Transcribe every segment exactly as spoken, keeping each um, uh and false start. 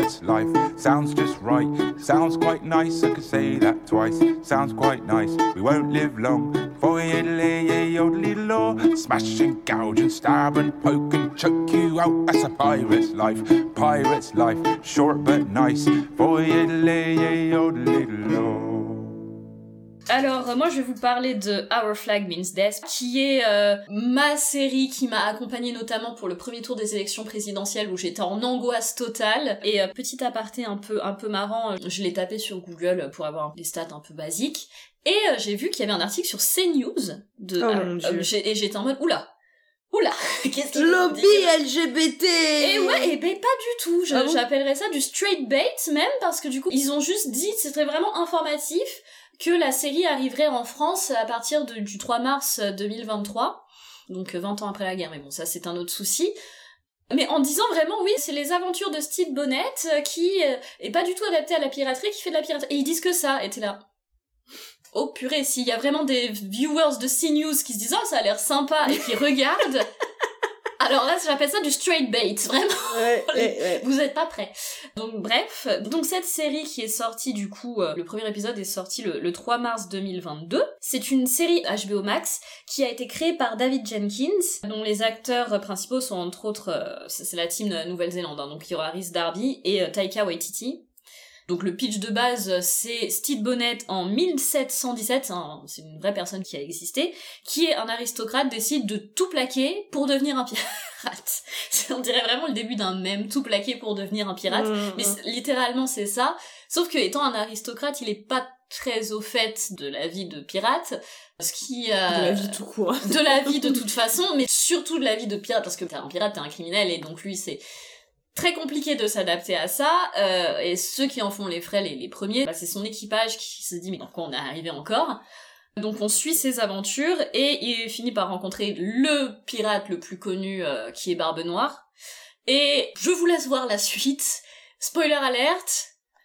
pirate's life. Sounds just right, sounds quite nice, I could say that twice. Sounds quite nice, we won't live long. For yodelay, yodelay law. Smash and gouge and stab and poke and choke you out. That's a pirate's life, pirate's life. Short but nice. For yodelay, yodelay law. Alors, moi, je vais vous parler de Our Flag Means Death, qui est euh, ma série qui m'a accompagnée notamment pour le premier tour des élections présidentielles où j'étais en angoisse totale. Et euh, petit aparté un peu un peu marrant, je l'ai tapé sur Google pour avoir des stats un peu basiques. Et euh, j'ai vu qu'il y avait un article sur CNews de... Oh euh, mon Dieu. euh, j'ai, et j'étais en mode, oula Oula, qu'est-ce qu'il Lobby dit L G B T. Et ouais, et ben pas du tout. Je, ah bon j'appellerais ça du straight bait même, parce que du coup, ils ont juste dit, c'était vraiment informatif, que la série arriverait en France à partir de, du trois mars deux mille vingt-trois, donc vingt ans après la guerre, mais bon, ça c'est un autre souci. Mais en disant vraiment, oui, c'est les aventures de Steve Bonnet qui euh, est pas du tout adapté à la piraterie, qui fait de la piraterie. Et ils disent que ça, et t'es là... Oh purée, s'il y a vraiment des viewers de CNews qui se disent « Oh, ça a l'air sympa » et qui regardent, alors là, j'appelle ça du straight bait, vraiment. Ouais, ouais, ouais. Vous êtes pas prêts. Donc bref, donc cette série qui est sortie du coup, euh, le premier épisode est sorti le, le trois mars deux mille vingt-deux. C'est une série H B O Max qui a été créée par David Jenkins, dont les acteurs principaux sont entre autres, euh, c'est, c'est la team de Nouvelle-Zélande, hein, donc il y aura Rhys Darby et euh, Taika Waititi. Donc le pitch de base, c'est Steve Bonnet en mille sept cent dix-sept, hein, c'est une vraie personne qui a existé, qui est un aristocrate, décide de tout plaquer pour devenir un pirate. On dirait vraiment le début d'un mème, tout plaquer pour devenir un pirate, mmh, mais c'est, littéralement c'est ça, sauf que étant un aristocrate, il est pas très au fait de la vie de pirate, ce qui... Euh, de la vie tout court. De la vie de toute façon, mais surtout de la vie de pirate, parce que t'es un pirate, t'es un criminel, et donc lui c'est... très compliqué de s'adapter à ça, euh, et ceux qui en font les frais les, les premiers, bah, c'est son équipage qui se dit mais dans quoi on est arrivé encore. Donc on suit ses aventures et il finit par rencontrer le pirate le plus connu euh, qui est Barbe Noire. Et je vous laisse voir la suite. Spoiler alert,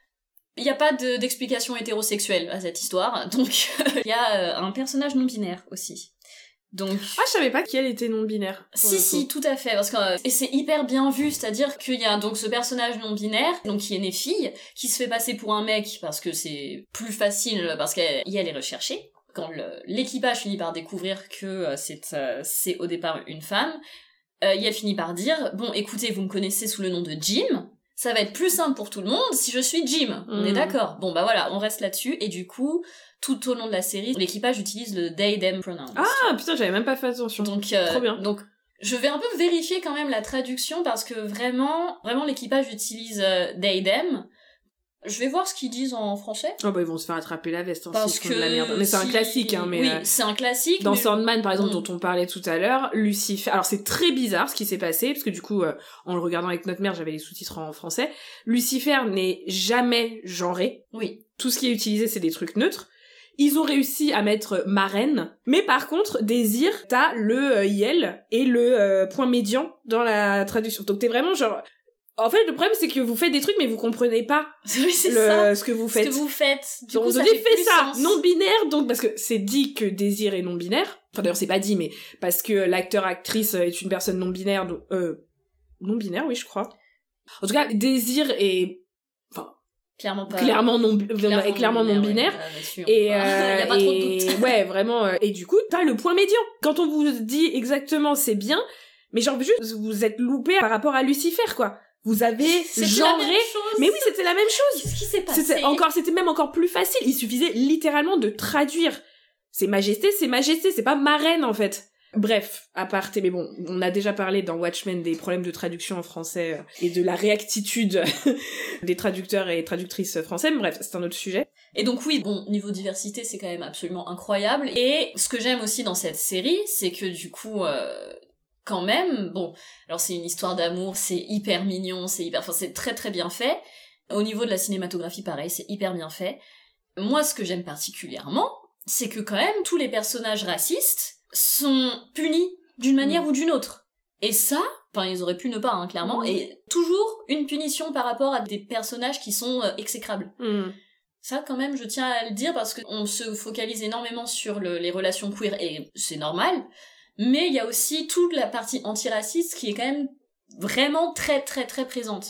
il n'y a pas de, d'explication hétérosexuelle à cette histoire, donc il y a euh, un personnage non binaire aussi. Donc... Ah, je savais pas qu'elle était non-binaire. Si, si, tout à fait, parce que euh, et c'est hyper bien vu, c'est-à-dire qu'il y a donc ce personnage non-binaire, donc qui est né fille, qui se fait passer pour un mec parce que c'est plus facile, parce qu'elle elle est recherchée. Quand le, l'équipage finit par découvrir que euh, c'est, euh, c'est au départ une femme, euh, elle finit par dire « Bon, écoutez, vous me connaissez sous le nom de Jim, ça va être plus simple pour tout le monde si je suis Jim. » On mmh. est d'accord. Bon, bah voilà, on reste là-dessus, et du coup... tout au long de la série, l'équipage utilise le they them pronoun. Ah putain, j'avais même pas fait attention. Donc euh, trop bien. Donc je vais un peu vérifier quand même la traduction parce que vraiment vraiment l'équipage utilise euh, they them. Je vais voir ce qu'ils disent en français. Oh bah ils vont se faire attraper la veste, hein, parce que de la merde. Mais c'est si... un classique, hein. Mais oui, euh, c'est un classique. Dans mais... Sandman, par exemple, mmh. dont on parlait tout à l'heure, Lucifer. Alors c'est très bizarre ce qui s'est passé parce que du coup, euh, en le regardant avec notre mère, j'avais les sous-titres en français. Lucifer n'est jamais genré. Oui. Tout ce qui est utilisé, c'est des trucs neutres. Ils ont réussi à mettre marraine, mais par contre, désir, t'as le euh, yel et le euh, point médian dans la traduction. Donc t'es vraiment genre... En fait, le problème, c'est que vous faites des trucs, mais vous comprenez pas oui, c'est le, ça. ce que vous faites. Ce que vous faites. Du donc, coup, vous ça avez fait, fait plus ça, sens. non-binaire, donc, parce que c'est dit que désir est non-binaire. Enfin, d'ailleurs, c'est pas dit, mais parce que l'acteur-actrice est une personne non-binaire, donc, euh, non-binaire, oui, je crois. En tout cas, désir est... Clairement pas. Clairement non, clairement, clairement clairement non binaire. Ouais, et, euh, euh, y a pas et trop de doute. ouais, vraiment. Euh, et du coup, t'as le point médian. Quand on vous dit exactement c'est bien, mais genre juste, vous êtes loupé par rapport à Lucifer, quoi. Vous avez c'était genré. La même chose. Mais oui, c'était la même chose. Qu'est-ce qui s'est passé? C'était encore, c'était même encore plus facile. Il suffisait littéralement de traduire. C'est majesté, c'est majesté, c'est pas marraine, en fait. Bref, aparté, mais bon, on a déjà parlé dans Watchmen des problèmes de traduction en français et de la réactitude des traducteurs et traductrices français, mais bref, c'est un autre sujet. Et donc oui, bon, niveau diversité, c'est quand même absolument incroyable. Et ce que j'aime aussi dans cette série, c'est que du coup, euh, quand même, bon, alors c'est une histoire d'amour, c'est hyper mignon, c'est hyper, enfin c'est très très bien fait. Au niveau de la cinématographie, pareil, c'est hyper bien fait. Moi, ce que j'aime particulièrement, c'est que quand même, tous les personnages racistes sont punis d'une manière mmh. ou d'une autre. Et ça, enfin ils auraient pu ne pas, hein, clairement, mmh. et toujours une punition par rapport à des personnages qui sont euh, exécrables. Mmh. Ça, quand même, je tiens à le dire, parce qu'on se focalise énormément sur le, les relations queer, et c'est normal, mais il y a aussi toute la partie antiraciste qui est quand même vraiment très très très présente.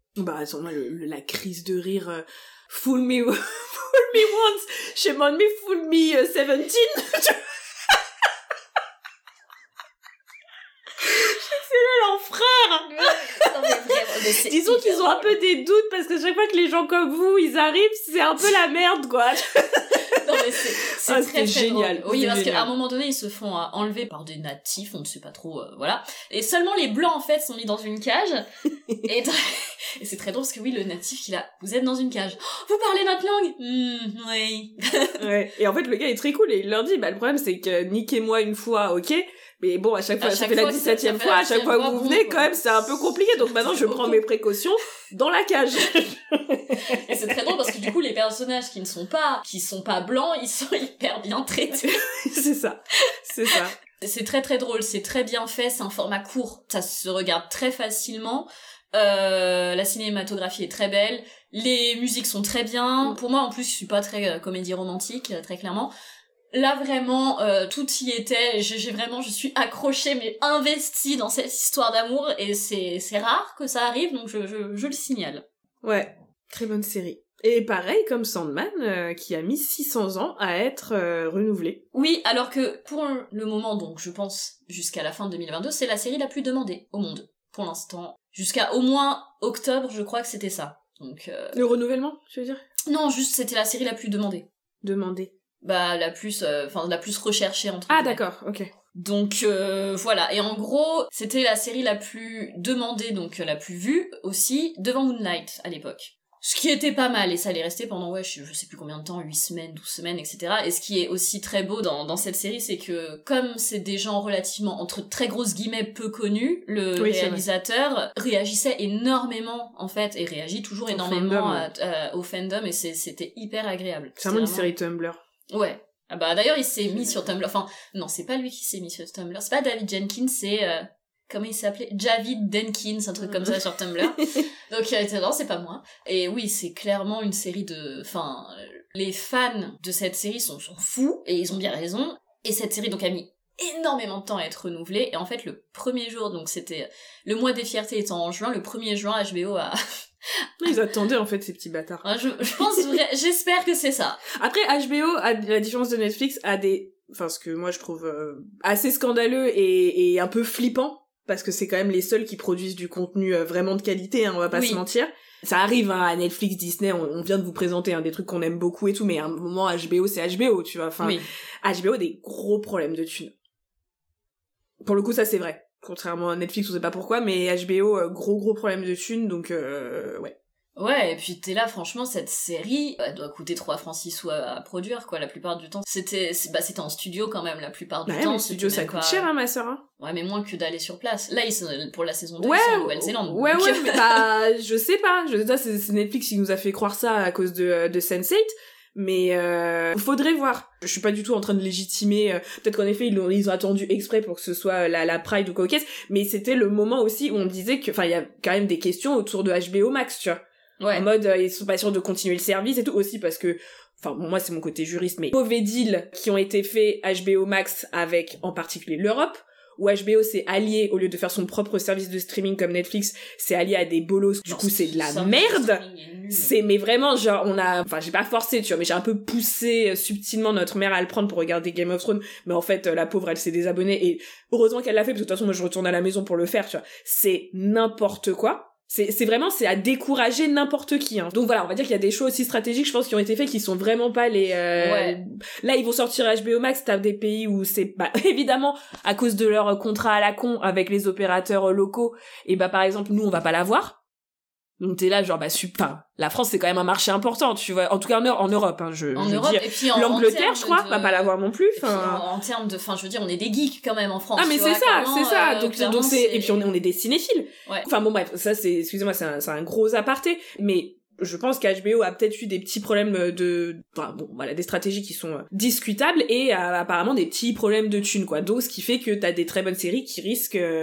Bah, attends, moi, le, le- la crise de rire, euh, fool me, fool me once, shame on me, fool me uh, seventeen. C'est l'enfer. Non, mais vraiment, mais c'est Disons hyper qu'ils ont un drôle. peu des doutes parce que chaque fois que les gens comme vous, ils arrivent, c'est un peu la merde, quoi. Non, mais c'est, c'est Ah, très, c'était très génial. drôle. Oui, C'était parce génial. qu'à un moment donné, ils se font euh, enlever par des natifs, on ne sait pas trop, euh, voilà. Et seulement les blancs, en fait, sont mis dans une cage. et, et c'est très drôle parce que oui, le natif, il a, vous êtes dans une cage. Oh, vous parlez notre langue? Hmm, oui. Ouais. Et en fait, le gars est très cool et il leur dit, bah, le problème, c'est que niquez-moi une fois, ok. Mais bon, à chaque fois, À ça chaque fait la fois que ça- dix-septième ça fait fois, la à chaque fois que dix-septième vous fois, venez, bon, quand même, c'est un peu compliqué. Donc maintenant, je prends mes précautions dans la cage. Et c'est très drôle parce que du coup, les personnages qui ne sont pas, qui sont pas blancs, ils sont hyper bien traités. C'est ça. C'est ça. C'est très très drôle, c'est très bien fait, c'est un format court, ça se regarde très facilement. Euh, la cinématographie est très belle, les musiques sont très bien. Pour moi, en plus, je suis pas très euh, comédie romantique, euh, très clairement. Là, vraiment, euh, tout y était. J'ai, j'ai vraiment, je suis accrochée, mais investie dans cette histoire d'amour, et c'est, c'est rare que ça arrive, donc je, je, je le signale. Ouais. Très bonne série. Et pareil, comme Sandman, euh, qui a mis six cents ans à être euh, renouvelé. Oui, alors que pour le moment, donc je pense jusqu'à la fin de deux mille vingt-deux, c'est la série la plus demandée au monde, pour l'instant. Jusqu'à au moins octobre, je crois que c'était ça. Donc euh... Le renouvellement, tu veux dire? non, juste c'était la série la plus demandée. Demandé. Bah la plus, enfin la plus recherchée entre Ah, guillemets. d'accord, ok. Donc euh, voilà, et en gros, c'était la série la plus demandée, donc la plus vue aussi, devant Moonlight à l'époque. Ce qui était pas mal, et ça allait rester pendant, ouais, je, je sais plus combien de temps, huit semaines, douze semaines, et cetera. Et ce qui est aussi très beau dans, dans cette série, c'est que, comme c'est des gens relativement, entre très grosses guillemets, peu connus, le Oui, c'est réalisateur réagissait énormément, en fait, et réagit toujours Au énormément fandom, à- à- au fandom, et c'est, c'était hyper agréable. C'est vraiment une C'était série Tumblr. Ouais. Ah bah d'ailleurs il s'est mis sur Tumblr. Enfin non, c'est pas lui qui s'est mis sur Tumblr. C'est pas David Jenkins, c'est euh, comment il s'appelait, Javid Denkins, un truc comme ça sur Tumblr. Donc euh, non, c'est pas moi. Et oui, c'est clairement une série de. Enfin, euh, les fans de cette série sont, sont fous et ils ont bien raison. Et cette série donc a mis énormément de temps à être renouvelée. Et en fait, le premier jour, donc c'était le mois des fiertés étant en juin, le premier juin, H B O a. Ils attendaient en fait ces petits bâtards. je, je pense, vrai, j'espère que c'est ça. Après, H B O, à la différence de Netflix, a des, enfin ce que moi je trouve euh, assez scandaleux et, et un peu flippant, parce que c'est quand même les seuls qui produisent du contenu euh, vraiment de qualité, hein, on va pas Oui. se mentir. Ça arrive hein, à Netflix, Disney, on, on vient de vous présenter hein, des trucs qu'on aime beaucoup et tout, mais à un moment H B O c'est H B O, tu vois. Enfin, Oui. H B O a des gros problèmes de thunes. Pour le coup, ça c'est vrai. Contrairement à Netflix, on sait pas pourquoi, mais H B O, euh, gros gros problème de thunes, donc euh, ouais. Ouais, et puis t'es là, franchement, cette série, elle doit coûter trois francs six sous à, à produire, quoi, la plupart du temps. C'était, c'est, bah, c'était en studio, quand même, la plupart du Bah ouais, temps. mais le studio, c'était ça même coûte pas- cher, hein, ma sœur, hein. Ouais, mais moins que d'aller sur place. Là, ils sont, pour la saison deux, Ouais, ils sont en Nouvelle-Zélande. ouais, donc- ouais, mais bah, je sais pas. Je, ça, c'est, c'est Netflix qui nous a fait croire ça à cause de, de sense eight. Mais euh, faudrait voir. Je suis pas du tout en train de légitimer. Euh, peut-être qu'en effet ils ont, ils ont attendu exprès pour que ce soit la, la Pride ou quoi qu'est-ce. Mais c'était le moment aussi où on disait que, enfin, il y a quand même des questions autour de H B O Max, tu vois. Ouais. En mode, euh, ils sont pas sûrs de continuer le service et tout aussi parce que, enfin, bon, moi c'est mon côté juriste, mais mauvais deals qui ont été faits H B O Max avec en particulier l'Europe, où H B O s'est allié, au lieu de faire son propre service de streaming comme Netflix, c'est allié à des bolos, du Non, coup c'est de la ça, merde. le streaming est nul. C'est, mais vraiment, genre, on a, enfin, j'ai pas forcé, tu vois, mais j'ai un peu poussé euh, subtilement notre mère à le prendre pour regarder Game of Thrones, mais en fait, euh, la pauvre, elle s'est désabonnée, et heureusement qu'elle l'a fait, parce que de toute façon, moi, je retourne à la maison pour le faire, tu vois. C'est n'importe quoi. C'est, c'est vraiment, c'est à décourager n'importe qui, hein. Donc voilà, on va dire qu'il y a des choix aussi stratégiques, je pense, qui ont été faits, qui sont vraiment pas les, euh... Ouais. Là, ils vont sortir H B O Max, t'as des pays où c'est, bah, évidemment, à cause de leur contrat à la con avec les opérateurs locaux, et bah, par exemple, nous, on va pas l'avoir. Donc t'es là genre bah super. La France c'est quand même un marché important, tu vois. En tout cas en, en Europe, hein, je. En je veux Europe, dire. et puis en, en L'Angleterre, termes je crois, de- va pas l'avoir non plus. Et puis Enfin. en, en termes de, enfin, je veux dire, on est des geeks quand même en France. Ah mais tu c'est vois, ça, clairement, c'est ça. euh, donc clairement, donc c'est et puis on est on est des cinéphiles. Ouais. Enfin bon bref, ça c'est excusez-moi, c'est un c'est un gros aparté, mais je pense qu'H B O a peut-être eu des petits problèmes de enfin bon voilà des stratégies qui sont euh, discutables et euh, apparemment des petits problèmes de thunes quoi. Donc ce qui fait que t'as des très bonnes séries qui risquent euh,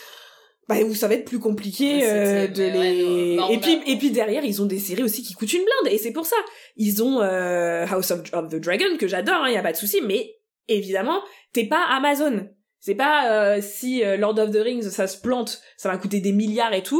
bah où ça va être plus compliqué Ouais, euh, c'était- de mais les ouais, bah, on et puis a- et puis derrière ils ont des séries aussi qui coûtent une blinde et c'est pour ça ils ont euh, House of, of the Dragon que j'adore hein, y a pas de souci mais évidemment t'es pas Amazon c'est pas euh, si euh, Lord of the Rings ça se plante ça va coûter des milliards et tout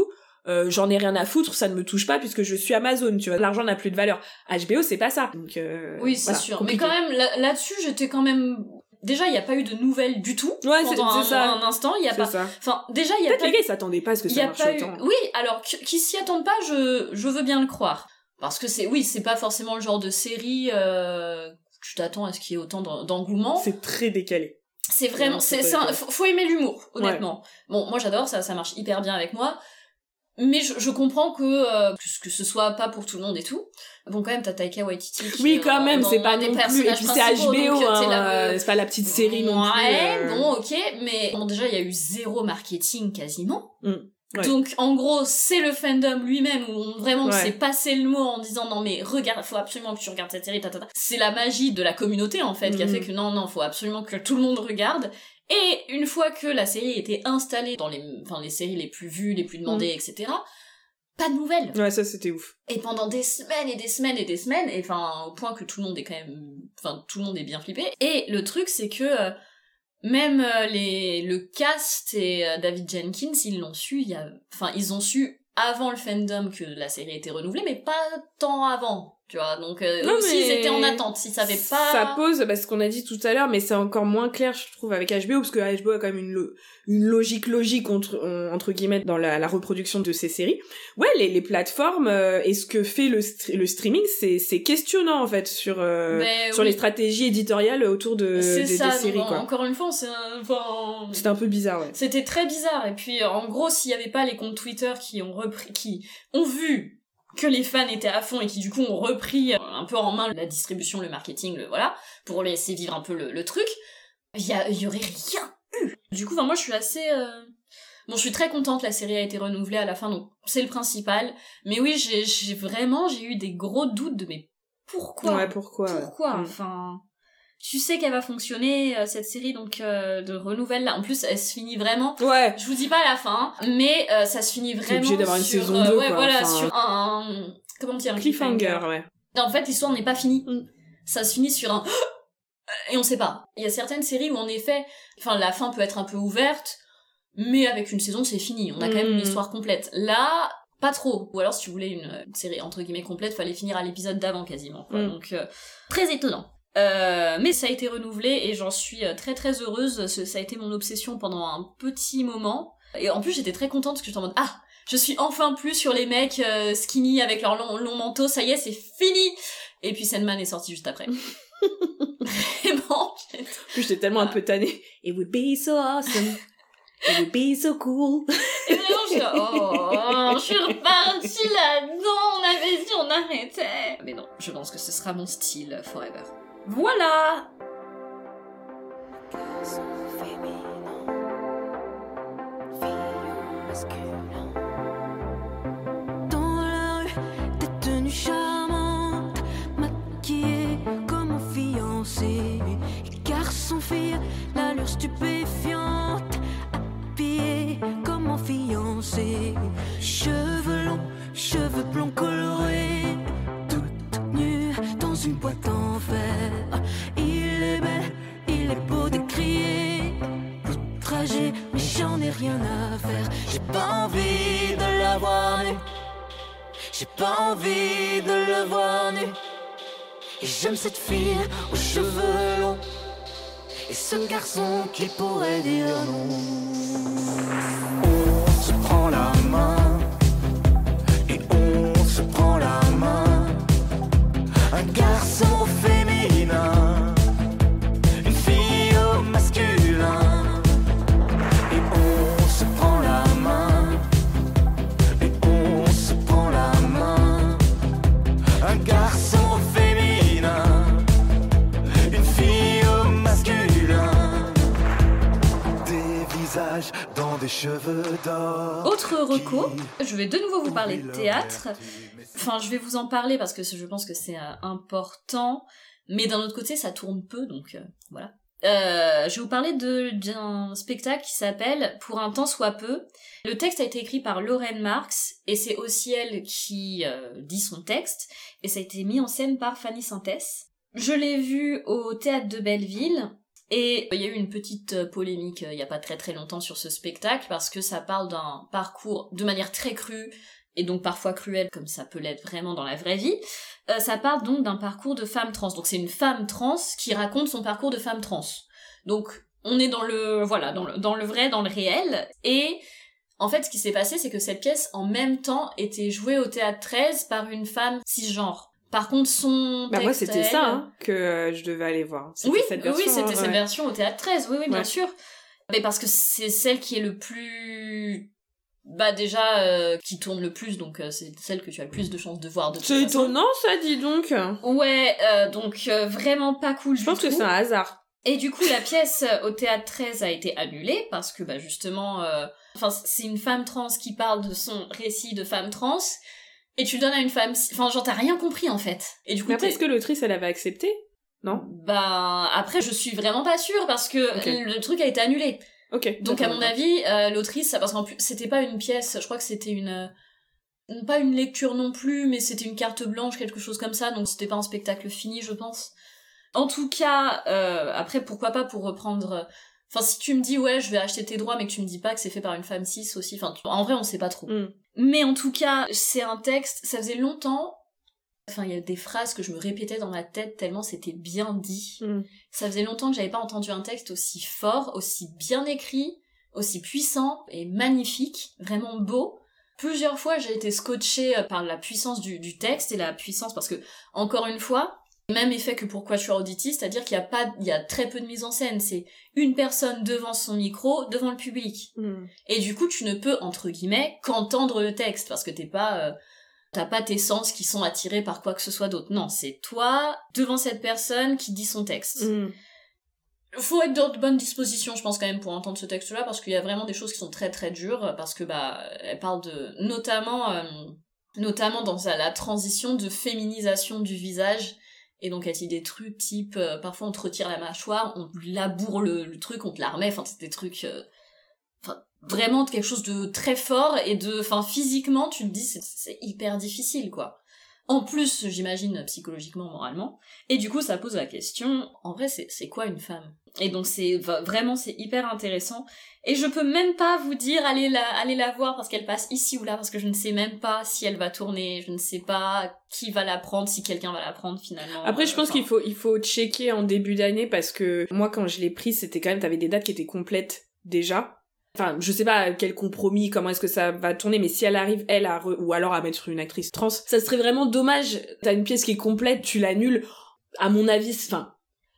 euh, j'en ai rien à foutre, ça ne me touche pas puisque je suis Amazon, tu vois. L'argent n'a plus de valeur. H B O, c'est pas ça. Donc, euh, oui, c'est voilà, sûr. compliqué. Mais quand même, là- là-dessus, j'étais quand même... Déjà, il n'y a pas eu de nouvelles du tout. Ouais, c'est, pendant c'est un, ça. un instant, il y a c'est pas... ça. Enfin, déjà, il y a Peut-être pas les gars, ils s'attendaient pas à ce que y ça a marche pas eu... autant. Oui, alors, qu- qu'ils s'y attendent pas, je, je veux bien le croire. Parce que c'est... Oui, c'est pas forcément le genre de série... Euh... Tu t'attends à ce qu'il y ait autant d'en- d'engouement. C'est très décalé. C'est vraiment... c'est C'est, pas c'est un- décalé. faut, faut aimer l'humour, honnêtement. Ouais. Bon, moi, j'adore, ça, ça marche hyper bien avec moi. Mais je, je comprends que, euh, que, que ce soit pas pour tout le monde et tout. Bon, quand même, t'as Taika Waititi qui Oui, quand même, dans, c'est dans pas des non plus... Et personnages puis c'est H B O, donc, hein, là, euh, c'est pas la petite série non plus. Ouais, euh... bon, ok, mais bon, déjà, il y a eu zéro marketing quasiment. Mm. Ouais. Donc, en gros, c'est le fandom lui-même où on vraiment Ouais. s'est passé le mot en disant non mais regarde, faut absolument que tu regardes cette série, tatata. C'est la magie de la communauté en fait mm. qui a fait que non non, faut absolument que tout le monde regarde. Et une fois que la série était installée dans les, enfin les séries les plus vues, les plus demandées, mm. et cetera. Pas de nouvelles. Ouais, ça c'était ouf. Et pendant des semaines et des semaines et des semaines, et enfin au point que tout le monde est quand même, enfin tout le monde est bien flippé. Et le truc c'est que euh, même euh, les le cast et euh, David Jenkins, ils l'ont su, il y a, enfin ils ont su avant le fandom que la série était renouvelée, mais pas tant avant, tu vois. Donc euh, non, aussi ils étaient en attente, ils savaient pas. Ça pose, bah, ce qu'on a dit tout à l'heure, mais c'est encore moins clair, je trouve, avec H B O, parce que H B O a quand même une, lo- une logique logique entre, euh, entre guillemets dans la, la reproduction de ces séries. Ouais, les, les plateformes euh, et ce que fait le, st- le streaming, c'est, c'est questionnant en fait sur euh, mais, sur oui. les stratégies éditoriales autour de c'est des, ça, des séries donc, quoi. Encore une fois, c'est un... enfin... c'était un peu bizarre, ouais. C'était très bizarre. Et puis en gros, s'il y avait pas les comptes Twitter qui ont repris, qui ont vu que les fans étaient à fond et qui du coup ont repris un peu en main la distribution, le marketing, le voilà, pour laisser vivre un peu le, le truc, il y, a, y aurait rien eu. Du coup, enfin, moi je suis assez... Euh... Bon, je suis très contente, la série a été renouvelée à la fin, donc c'est le principal. Mais oui, j'ai, j'ai vraiment, j'ai eu des gros doutes de mais pourquoi Ouais, pourquoi Pourquoi ouais. Enfin... Tu sais qu'elle va fonctionner, euh, cette série, donc euh, de renouvelle là. En plus, elle se finit vraiment... Ouais. Je vous dis pas à la fin, mais euh, ça se finit vraiment obligé d'avoir une sur... saison euh, deux, ouais, quoi. voilà, Enfin, sur un... Comment dire un cliffhanger, cliffhanger. ouais. En fait, l'histoire n'est pas finie. Mm. Ça se finit sur un... Et on sait pas. Il y a certaines séries où, en effet, enfin, la fin peut être un peu ouverte, mais avec une saison, c'est fini. On a quand même Mm. une histoire complète. Là... Pas trop. Ou alors, si tu voulais une, une série entre guillemets complète, fallait finir à l'épisode d'avant quasiment. Quoi. Mm. Donc, euh, très étonnant. Euh, mais ça a été renouvelé et j'en suis très très heureuse. Ça a été mon obsession pendant un petit moment. Et en plus, j'étais très contente parce que j'étais en mode ah, je suis enfin plus sur les mecs euh, skinny avec leurs longs long manteaux. Ça y est, c'est fini. Et puis Sandman est sorti juste après. Vraiment. En plus, j'étais tellement un peu tannée. It would be so awesome. It would be so cool. Et vraiment, je suis là, oh, je suis repartie là-dedans, on avait dit, on arrêtait. Mais non, je pense que ce sera mon style forever. Voilà! Dans la rue, des tenues charmantes, maquillées comme un fiancé. Garçon, fille, l'allure stupéfiante. Habillé comme mon fiancé, cheveux longs, cheveux blonds colorés, toute nue dans une boîte en fer. Il est bel, il est beau de crier, outragé, mais j'en ai rien à faire. J'ai pas envie de la voir nue, j'ai pas envie de le voir nu. Et j'aime cette fille aux cheveux longs, et ce garçon qui pourrait dire non. On se prend la main, et on se prend la main. Un garçon féminin, une fille au masculin. Et on se prend la main, et on se prend la main. Un garçon féminin, une fille au masculin. Des visages dans des cheveux d'or. Autre reco, je vais de nouveau vous parler de théâtre. Enfin, je vais vous en parler parce que je pense que c'est euh, important, mais d'un autre côté, ça tourne peu, donc euh, voilà. Euh, je vais vous parler de, d'un spectacle qui s'appelle « Pour un temps soit peu ». Le texte a été écrit par Lorraine Marx, et c'est aussi elle qui euh, dit son texte, et ça a été mis en scène par Fanny Sintès. Je l'ai vu au Théâtre de Belleville, Et il y a eu une petite polémique il y a pas très très longtemps sur ce spectacle parce que ça parle d'un parcours de manière très crue et donc parfois cruelle comme ça peut l'être vraiment dans la vraie vie. Euh, ça parle donc d'un parcours de femme trans. Donc c'est une femme trans qui raconte son parcours de femme trans. Donc on est dans le voilà dans le dans le vrai, dans le réel. Et en fait, ce qui s'est passé, c'est que cette pièce en même temps était jouée au Théâtre treize par une femme cisgenre. Par contre, son bah texte, moi c'était elle... ça hein, que euh, je devais aller voir. C'était oui, cette version, oui, c'était hein, cette ouais. version au Théâtre treize. Oui, oui, bien ouais. sûr. Mais parce que c'est celle qui est le plus bah déjà euh, qui tourne le plus, donc euh, c'est celle que tu as le plus de chances de voir de toute C'est façon. étonnant ça, dis donc. Ouais, euh, donc euh, vraiment pas cool. Je pense que c'est un hasard. Et du coup, la pièce au Théâtre treize a été annulée parce que bah justement, euh... enfin c'est une femme trans qui parle de son récit de femme trans. Et tu le donnes à une femme... Enfin, genre, t'as rien compris, en fait. Et du coup, mais après, t'es... est-ce que l'autrice, elle avait accepté? Non? Bah, après, je suis vraiment pas sûre, parce que okay. le truc a été annulé. Ok. Donc, à mon avis, euh, l'autrice... Parce qu'en plus, c'était pas une pièce, je crois que c'était une... Pas une lecture non plus, mais c'était une carte blanche, quelque chose comme ça, donc c'était pas un spectacle fini, je pense. En tout cas, euh, après, pourquoi pas pour reprendre... Enfin, si tu me dis, ouais, je vais acheter tes droits, mais que tu me dis pas que c'est fait par une femme cis aussi, enfin, en vrai, on sait pas trop. Mm. Mais en tout cas, c'est un texte, ça faisait longtemps, enfin, il y a des phrases que je me répétais dans ma tête tellement c'était bien dit. Mm. Ça faisait longtemps que j'avais pas entendu un texte aussi fort, aussi bien écrit, aussi puissant et magnifique, vraiment beau. Plusieurs fois, j'ai été scotchée par la puissance du, du texte et la puissance, parce que, encore une fois, même effet que pour Quatuor Auditis, c'est-à-dire qu'il y a pas, il y a très peu de mise en scène, c'est une personne devant son micro, devant le public. Mm. Et du coup, tu ne peux, entre guillemets, qu'entendre le texte, parce que t'es pas, euh, t'as pas tes sens qui sont attirés par quoi que ce soit d'autre. Non, c'est toi, devant cette personne qui dit son texte. Mm. Faut être dans de bonnes dispositions, je pense, quand même, pour entendre ce texte-là, parce qu'il y a vraiment des choses qui sont très très dures, parce que, bah, elle parle de, notamment, euh, notamment dans la transition de féminisation du visage. Et donc, elle dit des trucs type, euh, parfois on te retire la mâchoire, on laboure le, le truc, on te la remet, enfin, c'est des trucs, euh, enfin, vraiment quelque chose de très fort, et de, enfin, physiquement, tu te dis, c'est, c'est hyper difficile, quoi. En plus, j'imagine, psychologiquement, moralement. Et du coup, ça pose la question, en vrai, c'est, c'est quoi une femme? Et donc, c'est, vraiment, c'est hyper intéressant. Et je peux même pas vous dire, allez la, allez la voir parce qu'elle passe ici ou là, parce que je ne sais même pas si elle va tourner, je ne sais pas qui va la prendre, si quelqu'un va la prendre, finalement. Après, je pense enfin... qu'il faut, il faut checker en début d'année, parce que moi, quand je l'ai prise, c'était quand même, t'avais des dates qui étaient complètes, déjà. Enfin, je sais pas quel compromis, comment est-ce que ça va tourner, mais si elle arrive, elle, à re... ou alors à mettre une actrice trans, ça serait vraiment dommage. T'as une pièce qui est complète, tu l'annules. À mon avis, enfin,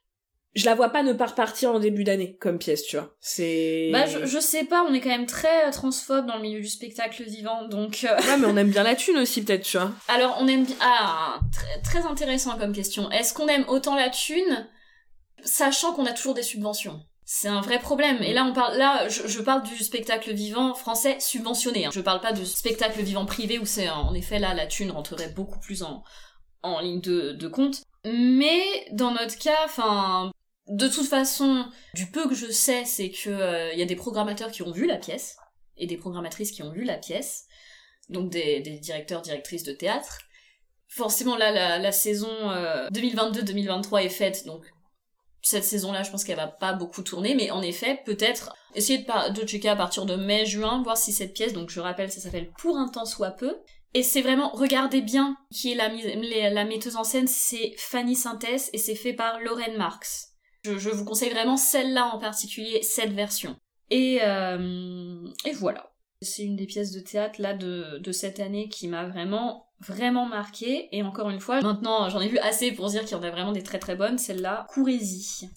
je la vois pas ne pas repartir en début d'année comme pièce, tu vois. C'est... Bah, je, je sais pas, on est quand même très transphobe dans le milieu du spectacle vivant, donc... Euh... Ouais, mais on aime bien la thune aussi, peut-être, tu vois. Alors, on aime bien... Ah, très, très intéressant comme question. Est-ce qu'on aime autant la thune, sachant qu'on a toujours des subventions ? C'est un vrai problème. Et là, on parle, là, je, je parle du spectacle vivant français subventionné. Hein. Je parle pas du spectacle vivant privé où c'est, en effet, là, la thune rentrerait beaucoup plus en, en ligne de, de compte. Mais, dans notre cas, enfin, de toute façon, du peu que je sais, c'est que, euh, y a des programmateurs qui ont vu la pièce, et des programmatrices qui ont vu la pièce. Donc, des, des directeurs, directrices de théâtre. Forcément, là, la, la saison, euh, deux mille vingt-deux deux mille vingt-trois est faite, donc, cette saison-là, je pense qu'elle va pas beaucoup tourner, mais en effet, peut-être essayer de, par- de checker à partir de mai-juin, voir si cette pièce, donc je rappelle, ça s'appelle Pour un temps soit peu, et c'est vraiment, regardez bien qui est la, la, la metteuse en scène, c'est Fanny Sintès, et c'est fait par Lorraine Marx. Je, je vous conseille vraiment celle-là en particulier, cette version. Et, euh, et voilà. C'est une des pièces de théâtre, là, de, de cette année qui m'a vraiment... vraiment marqué, et encore une fois, maintenant j'en ai vu assez pour dire qu'il y en a vraiment des très très bonnes, celle-là, courez-y.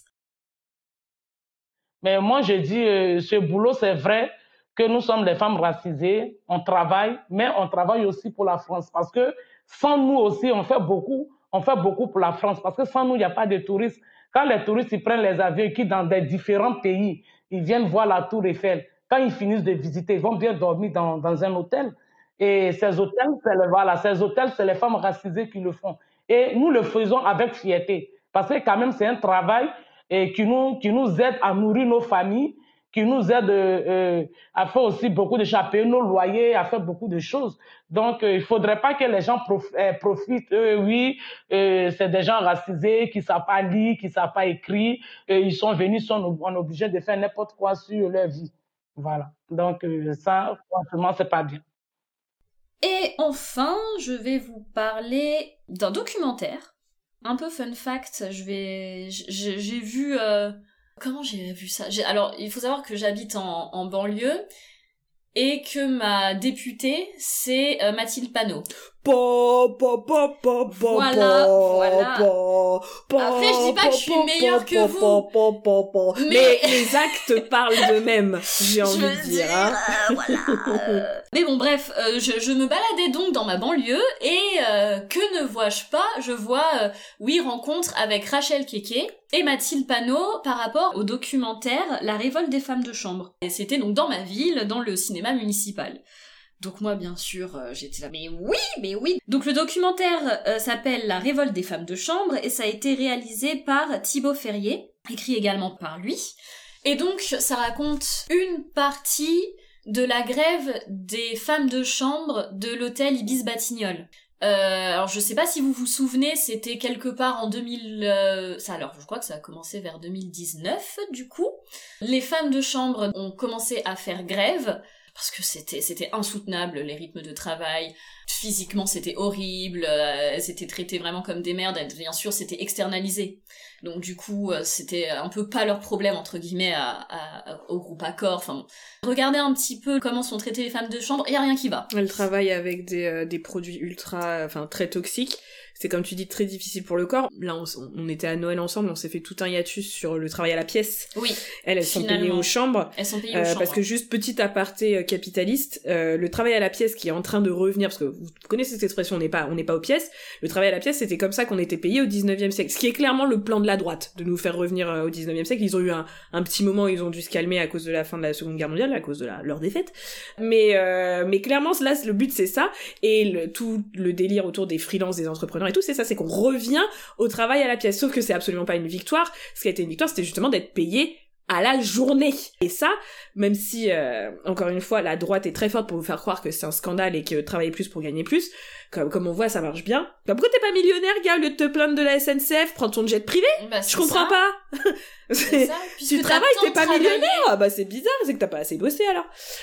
Mais moi je dis, euh, ce boulot, c'est vrai que nous sommes des femmes racisées, on travaille, mais on travaille aussi pour la France, parce que sans nous aussi, on fait beaucoup, on fait beaucoup pour la France, parce que sans nous, il n'y a pas de touristes. Quand les touristes ils prennent les avions qui dans des différents pays, ils viennent voir la Tour Eiffel, quand ils finissent de visiter, ils vont bien dormir dans, dans un hôtel. Et ces hôtels, c'est le, voilà, ces hôtels, c'est les femmes racisées qui le font. Et nous le faisons avec fierté. Parce que quand même, c'est un travail et qui, nous, qui nous aide à nourrir nos familles qui nous aide euh, à faire aussi beaucoup de choses, à payer nos loyers, à faire beaucoup de choses. Donc, euh, il faudrait pas que les gens prof- euh, profitent. Euh, oui, euh, c'est des gens racisés qui savent pas lire, qui savent pas écrire. Et ils sont venus, sont on est obligés de faire n'importe quoi sur leur vie. Voilà. Donc, euh, ça, franchement, c'est pas bien. Et enfin, je vais vous parler d'un documentaire. Un peu fun fact, je vais, j'ai, j'ai vu, euh... comment j'ai vu ça? J'ai... Alors, il faut savoir que j'habite en, en banlieue et que ma députée, c'est euh, Mathilde Panot. Po, po, po, po, po, Voilà, po, voilà. po, po, Après, je dis pas que je suis po, meilleure po, que po, vous. po, po, po. Mais- Mais les actes parlent d'eux-mêmes, j'ai envie Je de veux dire. dire, Hein. euh, voilà. euh. Mais bon, bref, euh, je, je me baladais donc dans ma banlieue et euh, que ne vois-je pas? Je vois, euh, oui, rencontre avec Rachel Keke et Mathilde Panot par rapport au documentaire La révolte des femmes de chambre. Et c'était donc dans ma ville, dans le cinéma municipal. Donc moi, bien sûr, euh, j'étais là, mais oui, mais oui. Donc le documentaire euh, s'appelle La révolte des femmes de chambre et ça a été réalisé par Thibaut Ferrier, écrit également par lui. Et donc ça raconte une partie de la grève des femmes de chambre de l'hôtel Ibis Batignolles. Euh, alors je sais pas si vous vous souvenez, c'était quelque part en deux mille... Euh, ça, alors je crois que ça a commencé vers deux mille dix-neuf du coup. Les femmes de chambre ont commencé à faire grève parce que c'était c'était insoutenable, les rythmes de travail. Physiquement, c'était horrible, euh, elles étaient traitées vraiment comme des merdes, elles, bien sûr, c'était externalisé. Donc du coup, euh, c'était un peu pas leur problème, entre guillemets, à, à, à- au groupe Accor. Enfin, bon. Regardez un petit peu comment sont traitées les femmes de chambre, il y a rien qui va. Elle travaille avec des, euh, des produits ultra, enfin très toxiques. C'est comme tu dis très difficile pour le corps. Là, on, s- on était à Noël ensemble, on s'est fait tout un hiatus sur le travail à la pièce. Oui, Elles, elles sont Finalement. payées aux chambres. elles sont payées aux Euh, chambres. parce que juste petit aparté euh, capitaliste, euh, le travail à la pièce qui est en train de revenir, parce que vous connaissez cette expression, on n'est pas, on n'est pas aux pièces. Le travail à la pièce, c'était comme ça qu'on était payé au dix-neuvième siècle. Ce qui est clairement le plan de la droite, de nous faire revenir euh, au dix-neuvième siècle. Ils ont eu un, un petit moment où ils ont dû se calmer à cause de la fin de la Seconde Guerre mondiale, à cause de la, leur défaite. Mais, euh, mais clairement, là, le but c'est ça. Et le, tout le délire autour des freelances, des entrepreneurs et tout, c'est ça, c'est qu'on revient au travail à la pièce. Sauf que c'est absolument pas une victoire. Ce qui a été une victoire, c'était justement d'être payé à la journée. Et ça, même si, euh, encore une fois, la droite est très forte pour vous faire croire que c'est un scandale et que travailler plus pour gagner plus, comme, comme on voit, ça marche bien. Bah, pourquoi t'es pas millionnaire, gars, au lieu de te plaindre de la S N C F, prends ton jet privé? Bah, c'est Je comprends ça, pas. c'est ça, puisque Tu t'as travailles, tant t'es pas travaillé. millionnaire. Ah bah c'est bizarre, c'est que t'as pas assez bossé alors.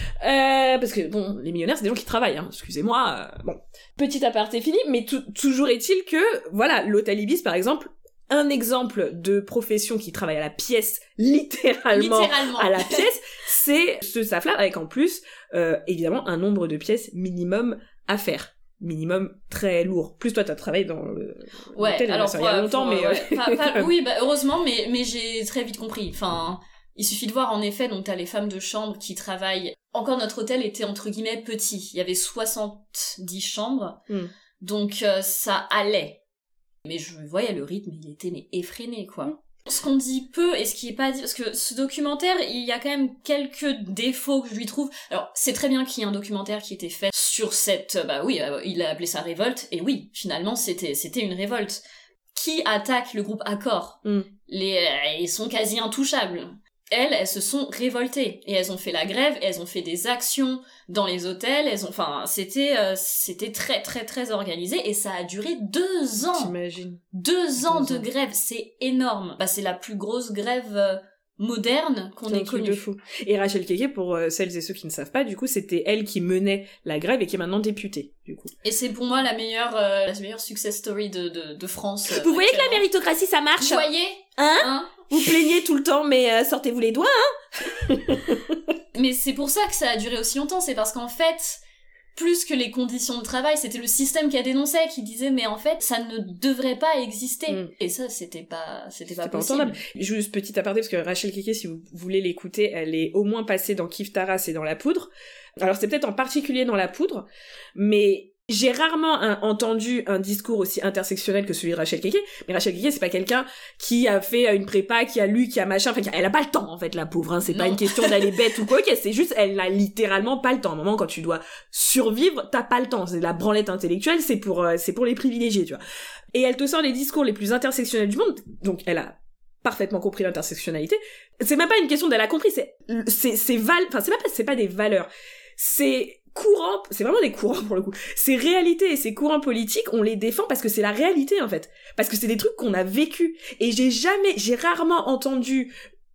Euh, parce que bon, les millionnaires c'est des gens qui travaillent, hein. Excusez-moi. euh, bon, petit aparté fini, mais tou- toujours est-il que voilà, l'hôtel Ibis par exemple, un exemple de profession qui travaille à la pièce, littéralement, Littéralement. à la pièce, c'est ce taf-là avec en plus euh, évidemment un nombre de pièces minimum à faire. Minimum très lourd. Plus toi t'as travaillé dans le Ouais, l'hôtel, alors ça pour, il y a euh, longtemps, pour, mais euh, euh, ouais, pas- pas- quand même. oui, bah heureusement, mais mais j'ai très vite compris. Enfin, il suffit de voir en effet, donc t'as les femmes de chambre qui travaillent. Encore notre hôtel était entre guillemets petit. Il y avait soixante-dix chambres, Hmm. donc euh, ça allait. Mais je voyais le rythme, il était mais effréné quoi. Ce qu'on dit peu et ce qui est pas dit, parce que ce documentaire, il y a quand même quelques défauts que je lui trouve. Alors, c'est très bien qu'il y ait un documentaire qui était fait sur cette, bah oui, euh, il a appelé ça révolte, et oui, finalement, c'était, c'était une révolte. Qui attaque le groupe Accor? Mm. Les, euh, ils sont quasi intouchables. Elles, elles se sont révoltées et elles ont fait la grève, elles ont fait des actions dans les hôtels, elles ont, enfin, c'était, euh, c'était très très très organisé et ça a duré deux ans. T'imagines. Deux ans Deux de ans. grève, c'est énorme. Bah, c'est la plus grosse grève euh, moderne qu'on C'est un ait truc connue. de fou. Et Rachel Keke, pour euh, celles et ceux qui ne savent pas, du coup, c'était elle qui menait la grève et qui est maintenant députée, du coup. Et c'est pour moi la meilleure, euh, la meilleure success story de, de, de France. euh, Vous voyez que la actuellement. méritocratie, ça marche? Vous voyez Hein? Hein Vous plaignez tout le temps, mais euh, sortez-vous les doigts. Mais c'est pour ça que ça a duré aussi longtemps, c'est parce qu'en fait, plus que les conditions de travail, c'était le système qui a dénoncé, qui disait mais en fait, ça ne devrait pas exister. Mm. Et ça, c'était pas, c'était pas C'était pas possible. entendable. Juste petit aparté, parce que Rachel Keke, si vous voulez l'écouter, elle est au moins passée dans Kif Taras et dans La Poudre. Alors c'est peut-être en particulier dans La Poudre, mais j'ai rarement un- entendu un discours aussi intersectionnel que celui de Rachel Keke. Mais Rachel Keke, c'est pas quelqu'un qui a fait une prépa, qui a lu, qui a machin. Enfin, qui a- elle a pas le temps, en fait, la pauvre. Hein. C'est pas Non. une question d'aller bête ou quoi. Ok, c'est juste, elle n'a littéralement pas le temps. À un moment, quand tu dois survivre, t'as pas le temps. C'est de la branlette intellectuelle, c'est pour, euh, c'est pour les privilégiés, tu vois. Et elle te sort les discours les plus intersectionnels du monde. Donc, elle a parfaitement compris l'intersectionnalité. C'est même pas une question d'elle a compris, c'est, c'est, c'est val, enfin, c'est pas, c'est pas des valeurs. C'est courants, c'est vraiment des courants pour le coup. Ces réalités et ces courants politiques, on les défend parce que c'est la réalité, en fait. Parce que c'est des trucs qu'on a vécu. Et j'ai jamais, j'ai rarement entendu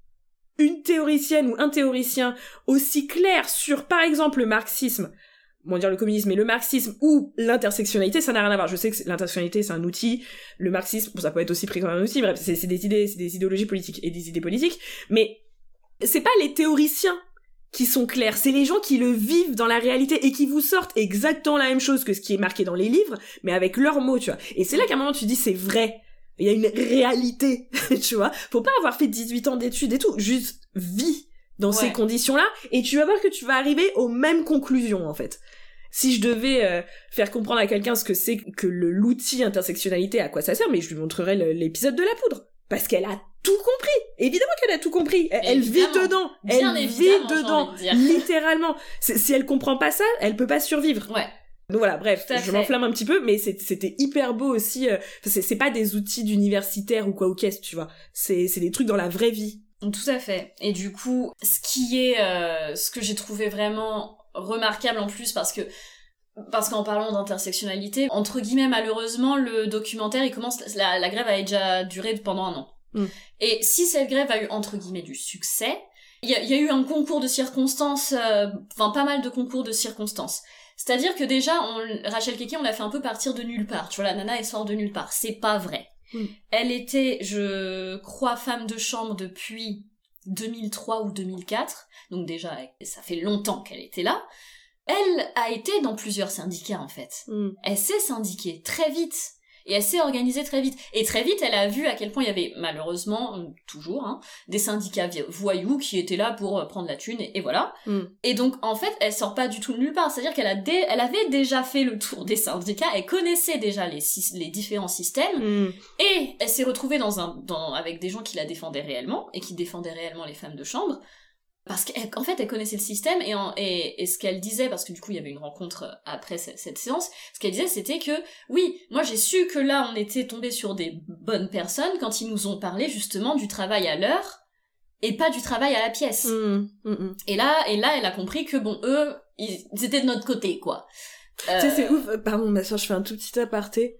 une théoricienne ou un théoricien aussi clair sur, par exemple, le marxisme, bon, dire le communisme, mais le marxisme ou l'intersectionnalité, ça n'a rien à voir. Je sais que l'intersectionnalité, c'est un outil. Le marxisme, bon, ça peut être aussi pris comme un outil. Bref, c'est, c'est des idées, c'est des idéologies politiques et des idées politiques. Mais c'est pas les théoriciens qui sont clairs, c'est les gens qui le vivent dans la réalité et qui vous sortent exactement la même chose que ce qui est marqué dans les livres, mais avec leurs mots, tu vois. Et c'est là qu'à un moment tu dis c'est vrai, il y a une réalité, tu vois. Faut pas avoir fait dix-huit ans d'études et tout, juste vis dans ouais. ces conditions-là et tu vas voir que tu vas arriver aux mêmes conclusions, en fait. Si je devais euh, faire comprendre à quelqu'un ce que c'est que le, l'outil intersectionnalité, à quoi ça sert, mais je lui montrerais le, l'épisode de la poudre. Parce qu'elle a tout compris. Évidemment qu'elle a tout compris. Elle, elle vit dedans. Bien elle vit dedans. Littéralement. C'est, si elle comprend pas ça, elle peut pas survivre. Ouais. Donc voilà, bref, je fait. m'enflamme un petit peu, mais c'est, c'était hyper beau aussi. Euh, c'est, c'est pas des outils d'universitaire ou quoi ou qu'est-ce, tu vois. C'est, c'est des trucs dans la vraie vie. Tout à fait. Et du coup, ce qui est, euh, ce que j'ai trouvé vraiment remarquable en plus, parce que Parce qu'en parlant d'intersectionnalité, entre guillemets, malheureusement, le documentaire, il commence, la, la grève a déjà duré pendant un an. Mm. Et si cette grève a eu, entre guillemets, du succès, il y a, y a eu un concours de circonstances, euh, enfin, pas mal de concours de circonstances. C'est-à-dire que déjà, on, Rachel Keke, on l'a fait un peu partir de nulle part. Tu vois, la nana, elle sort de nulle part. C'est pas vrai. Mm. Elle était, je crois, femme de chambre depuis deux mille trois ou deux mille quatre. Donc déjà, ça fait longtemps qu'elle était là. Elle a été dans plusieurs syndicats, en fait. Mm. Elle s'est syndiquée très vite. Et elle s'est organisée très vite. Et très vite, elle a vu à quel point il y avait, malheureusement, toujours, hein, des syndicats voyous qui étaient là pour prendre la thune, et, et voilà. Mm. Et donc, en fait, elle sort pas du tout de nulle part. C'est-à-dire qu'elle a dé- elle avait déjà fait le tour des syndicats, elle connaissait déjà les, les différents systèmes, mm. et elle s'est retrouvée dans un, dans, avec des gens qui la défendaient réellement, et qui défendaient réellement les femmes de chambre. Parce qu'en fait, elle connaissait le système, et, en, et, et ce qu'elle disait, parce que du coup, il y avait une rencontre après cette, cette séance, ce qu'elle disait, c'était que, oui, moi j'ai su que là, on était tombé sur des bonnes personnes quand ils nous ont parlé, justement, du travail à l'heure, et pas du travail à la pièce. Mmh, mmh. Et là, et là, elle a compris que, bon, eux, ils, ils étaient de notre côté, quoi. Euh... Tu sais, c'est ouf, pardon, ma soeur, je fais un tout petit aparté.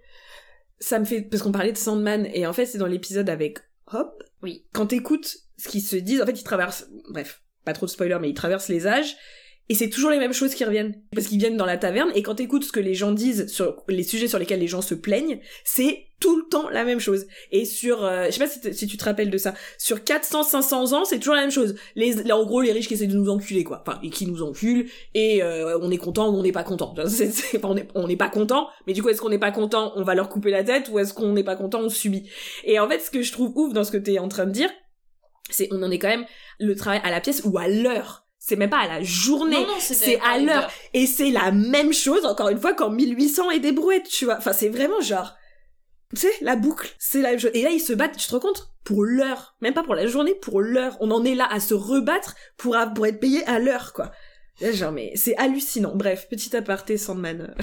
Ça me fait, parce qu'on parlait de Sandman, et en fait, c'est dans l'épisode avec Hop. Oui. Quand t'écoutes ce qu'ils se disent, en fait, ils traversent, bref. Pas trop de spoilers, mais ils traversent les âges, et c'est toujours les mêmes choses qui reviennent. Parce qu'ils viennent dans la taverne, et quand t'écoutes ce que les gens disent sur les sujets sur lesquels les gens se plaignent, c'est tout le temps la même chose. Et sur, euh, je sais pas si, t- si tu te rappelles de ça, sur quatre cents, cinq cents ans, c'est toujours la même chose. Les, là, en gros, les riches qui essaient de nous enculer, quoi. Enfin, et qui nous enculent, et euh, on est content ou on n'est pas content. C'est, c'est, enfin, on est, on n'est pas content, mais du coup, est-ce qu'on n'est pas content, on va leur couper la tête, ou est-ce qu'on n'est pas content, on subit. Et en fait, ce que je trouve ouf dans ce que t'es en train de dire, c'est, on en est quand même le travail à la pièce ou à l'heure. C'est même pas à la journée, non, non, c'est à l'heure. Et c'est la même chose, encore une fois, qu'en mille huit cents et des brouettes, tu vois. Enfin, c'est vraiment genre, tu sais, la boucle, c'est la même chose. Et là, ils se battent, tu te rends compte, pour l'heure. Même pas pour la journée, pour l'heure. On en est là à se rebattre pour, pour être payé à l'heure, quoi. Là, genre, mais c'est hallucinant. Bref, petit aparté, Sandman.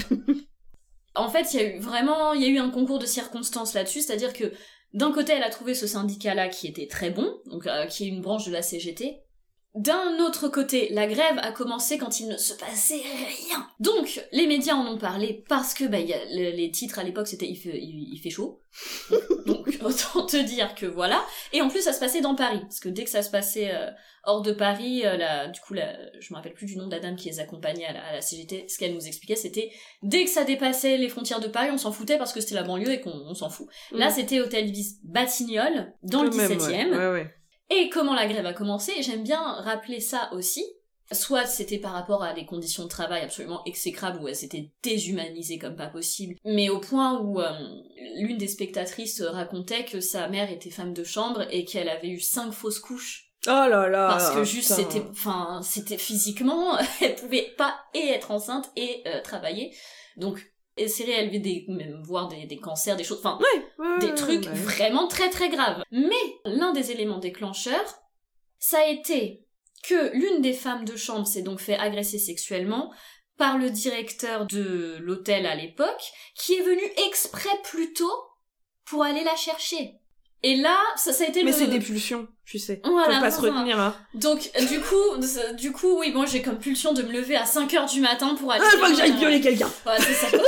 En fait, il y a eu vraiment, il y a eu un concours de circonstances là-dessus, c'est-à-dire que d'un côté, elle a trouvé ce syndicat-là qui était très bon, donc euh, qui est une branche de la C G T. D'un autre côté, la grève a commencé quand il ne se passait rien. Donc, les médias en ont parlé parce que bah, y a, les, les titres à l'époque c'était il fait, il, il fait chaud. Donc, autant te dire que voilà. Et en plus, ça se passait dans Paris, parce que dès que ça se passait euh, hors de Paris, euh, la, du coup, la, je me rappelle plus du nom de la dame qui les accompagnait à la, à la C G T, ce qu'elle nous expliquait, c'était dès que ça dépassait les frontières de Paris, on s'en foutait parce que c'était la banlieue et qu'on on s'en fout. Mmh. Là, c'était Hôtel Ibis Batignolles, dans le dix-septième. Ouais. Ouais, ouais. Et comment la grève a commencé, j'aime bien rappeler ça aussi. Soit c'était par rapport à des conditions de travail absolument exécrables où elles s'étaient déshumanisées comme pas possible, mais au point où euh, l'une des spectatrices racontait que sa mère était femme de chambre et qu'elle avait eu cinq fausses couches. Oh là là. Parce que juste putain. c'était, enfin, c'était physiquement, elle pouvait pas et être enceinte et euh, travailler. Donc essayer d'élever des, même voir des, des cancers, des choses, enfin, ouais, ouais, des trucs ouais. vraiment très très graves. Mais l'un des éléments déclencheurs, ça a été que l'une des femmes de chambre s'est donc fait agresser sexuellement par le directeur de l'hôtel à l'époque, qui est venu exprès plus tôt pour aller la chercher. Et là, ça, ça a été Mais le... c'est des pulsions, tu sais. Voilà, Faut pas se voilà. retenir, hein. Donc, du coup, du coup, oui, moi, j'ai comme pulsion de me lever à cinq heures du matin pour aller... Ah, faut que j'aille violer quelqu'un. Voilà, c'est ça.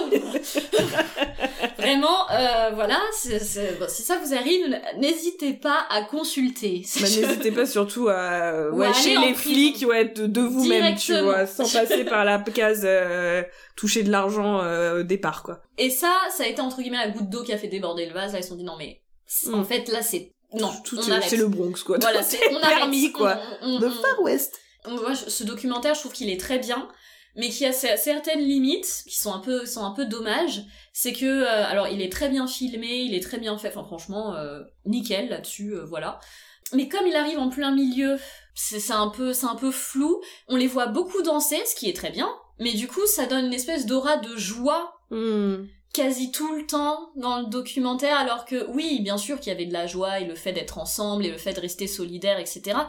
Vraiment, euh, voilà, c'est, c'est, bon, si ça vous arrive, n'hésitez pas à consulter. Bah, n'hésitez pas surtout à, Ou ouais, à chez aller les en flics, prison. ouais, de, de vous-même, tu Directement. vois, sans passer par la case, euh, toucher de l'argent, euh, au départ, quoi. Et ça, ça a été entre guillemets la goutte d'eau qui a fait déborder le vase. Là, ils se sont dit, non, mais, en Mm. fait, là, c'est, non, Tout on est- arrête. c'est le Bronx, quoi. Voilà, Tout c'est, est on permis, arrête. quoi. On- on- De on- Far West. Moi, je- ce documentaire, je trouve qu'il est très bien, mais qui a cer- certaines limites qui sont un peu, sont un peu dommages. C'est que, euh, alors, il est très bien filmé, il est très bien fait. Enfin, franchement, euh, nickel là-dessus, euh, voilà. Mais comme il arrive en plein milieu, c'est, c'est un peu, c'est un peu flou. On les voit beaucoup danser, ce qui est très bien. Mais du coup, ça donne une espèce d'aura de joie Hmm. quasi tout le temps dans le documentaire, alors que oui, bien sûr qu'il y avait de la joie et le fait d'être ensemble et le fait de rester solidaire, et cetera.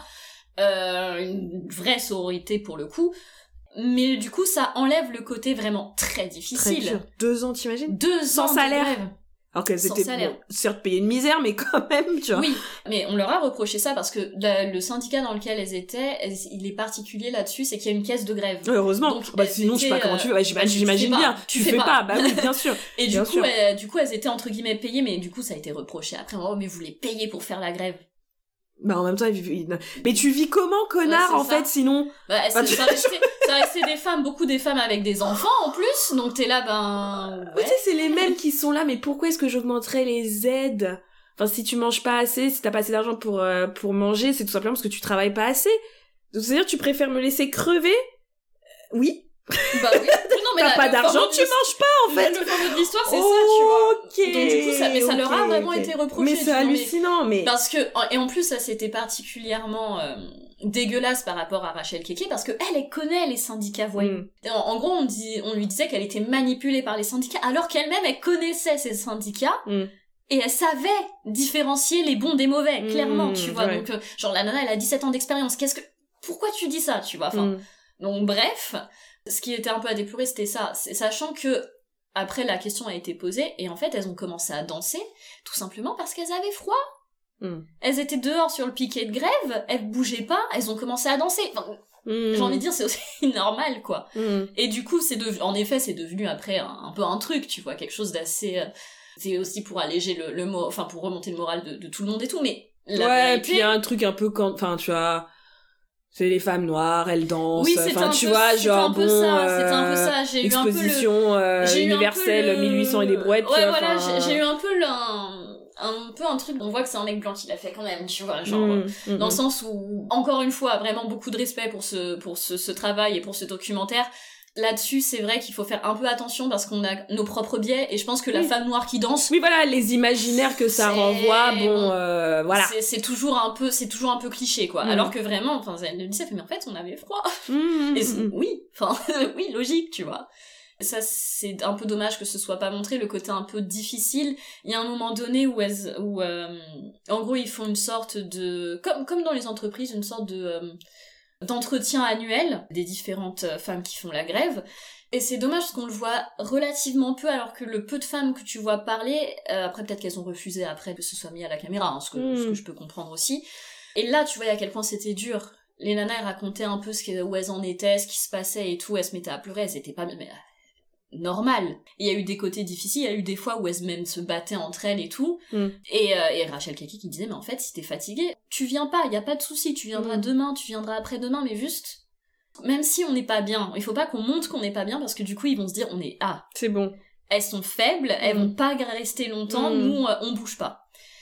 Euh, une vraie sororité pour le coup. Mais du coup, ça enlève le côté vraiment très Très difficile. dur. Deux ans, t'imagines? Deux Sans ans de salaire. grève. Alors qu'elles Sans étaient, salaire. bon, certes payées une misère, mais quand même, tu vois. Oui, mais on leur a reproché ça parce que la- le syndicat dans lequel elles étaient, elles- il est particulier là-dessus, c'est qu'il y a une caisse de grève. Ouais, heureusement. Donc, bah, elles sinon, je sais pas étaient, comment tu euh, fais. Ouais, j'imagine, bah, tu j'imagine fais pas. bien. Tu Tu fais fais pas. pas. Bah oui, bien sûr. Et du Bien coup, sûr. elles, du coup, elles étaient entre guillemets payées, mais du coup, ça a été reproché. Après, oh, mais vous les payez pour faire la grève. Bah, en même temps, il- il- mais tu vis comment, connard, Ouais, c'est en ça. fait, sinon? Bah, Bah, c'est- tu- ça, restait, ça restait des femmes, beaucoup des femmes avec des enfants en plus, donc t'es là, ben... Oui, Ouais. tu sais, c'est les mêmes qui sont là, mais pourquoi est-ce que j'augmenterais les aides? Enfin, si tu manges pas assez, si t'as pas assez d'argent pour, euh, pour manger, c'est tout simplement parce que tu travailles pas assez. Donc, c'est-à-dire, tu préfères me laisser crever? Euh, Oui. Bah oui. Non, mais T'as la- pas le d'argent, format tu de- manges pas, en fait. Le format de l'histoire, c'est ça, tu vois. Ok. Donc, du coup, ça- mais ça leur a ok, vraiment ok. été reproché, Mais tu c'est vois, mais- hallucinant, mais... Parce que, et en plus, ça c'était particulièrement euh, dégueulasse par rapport à Rachel Keke, parce que elle, elle connaît les syndicats voyous. Mm. Et En, en gros, on, dit, on lui disait qu'elle était manipulée par les syndicats, alors qu'elle-même, elle connaissait ces syndicats, Mm. et elle savait différencier les bons des mauvais, Mm, clairement, tu vois. ouais. Donc, euh, genre, la nana, elle a dix-sept ans d'expérience, qu'est-ce que... Pourquoi tu dis ça, tu vois, enfin... Mm. Donc bref, ce qui était un peu à déplorer, c'était ça. C'est, sachant que, après, la question a été posée, et en fait, elles ont commencé à danser, tout simplement parce qu'elles avaient froid. Mm. Elles étaient dehors sur le piquet de grève, elles bougeaient pas, elles ont commencé à danser. Enfin, Mm. j'ai envie de dire, c'est aussi normal, quoi. Mm. Et du coup, c'est devenu, en effet, c'est devenu après un, un peu un truc, tu vois, quelque chose d'assez... euh, c'est aussi pour alléger le, le mot, enfin, pour remonter le moral de, de tout le monde et tout, mais la Ouais, vérité... puis il y a un truc un peu quand... Enfin, tu vois... C'est les femmes noires, elles dansent. Oui, c'était enfin, un tu peu- vois, c'était genre un peu bon, ça, c'était un peu euh, ça. J'ai eu un peu le- exposition euh, J'ai eu un peu universelle, le- mille huit cents et des brouettes. tu Ouais, vois, voilà, enfin, j'ai, j'ai eu un peu le, un, un peu un truc, on voit que c'est un mec blanc qui l'a fait quand même, tu vois, genre, Mm, mm, dans le mm. sens où, encore une fois, vraiment beaucoup de respect pour ce, pour ce, ce travail et pour ce documentaire. Là-dessus, c'est vrai qu'il faut faire un peu attention parce qu'on a nos propres biais, et je pense que la Oui. femme noire qui danse, Oui, voilà, les imaginaires que ça C'est- renvoie, bon, bon. euh, voilà. c'est, c'est toujours un peu, c'est toujours un peu cliché, quoi. Mm. Alors que vraiment, enfin, elle me disait, mais en fait, on avait froid. Mm, Et mm, c'est- mm. oui, enfin, oui, logique, tu vois. Ça, c'est un peu dommage que ce soit pas montré, le côté un peu difficile. Il y a un moment donné où, elles, où euh, en gros, ils font une sorte de... Comme, comme dans les entreprises, une sorte de euh, d'entretien annuel des différentes euh, femmes qui font la grève. Et c'est dommage parce qu'on le voit relativement peu, alors que le peu de femmes que tu vois parler, euh, après peut-être qu'elles ont refusé après que ce soit mis à la caméra, hein, ce, que, Mm. ce que je peux comprendre aussi. Et là, tu vois à quel point c'était dur. Les nanas, elles racontaient un peu ce que, où elles en étaient, ce qui se passait et tout, elles se mettaient à pleurer, elles étaient pas... Mais, euh, normal. Il y a eu des côtés difficiles, il y a eu des fois où elles même se battaient entre elles et tout. Mm. Et, euh, et Rachel Keke qui disait, mais en fait, si t'es fatiguée, tu viens pas, y a pas de souci, tu viendras Mm. demain, tu viendras après-demain, mais juste... Même si on n'est pas bien, il faut pas qu'on montre qu'on n'est pas bien, parce que du coup, ils vont se dire, on est... Ah, C'est bon. elles sont faibles, elles Mm. vont pas rester longtemps, Mm. nous, euh, on bouge pas.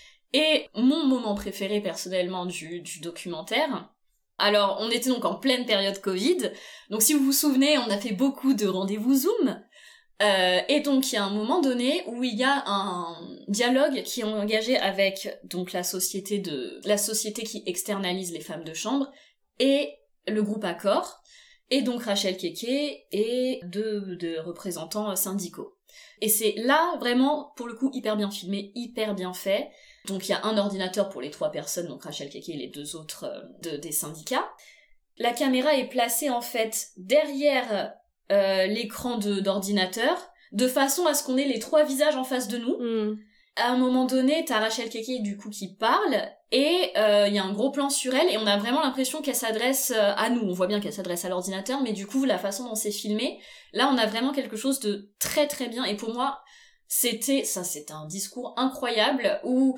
Et mon moment préféré, personnellement, du, du documentaire... Alors, on était donc en pleine période Covid, donc si vous vous souvenez, on a fait beaucoup de rendez-vous Zoom, euh, et donc il y a un moment donné où il y a un dialogue qui est engagé avec donc la société de la société qui externalise les femmes de chambre et le groupe Accor, et donc Rachel Keke et deux, deux représentants syndicaux. Et c'est là vraiment, pour le coup, hyper bien filmé, hyper bien fait. Donc il y a un ordinateur pour les trois personnes, donc Rachel Keke et les deux autres euh, de, des syndicats. La caméra est placée en fait derrière euh, l'écran de, d'ordinateur, de façon à ce qu'on ait les trois visages en face de nous. Mm. à un moment donné, t'as Rachel Keke du coup qui parle et il euh, y a un gros plan sur elle et on a vraiment l'impression qu'elle s'adresse à nous. On voit bien qu'elle s'adresse à l'ordinateur, mais du coup la façon dont c'est filmé, là on a vraiment quelque chose de très très bien. Et pour moi, c'était ça, c'était un discours incroyable où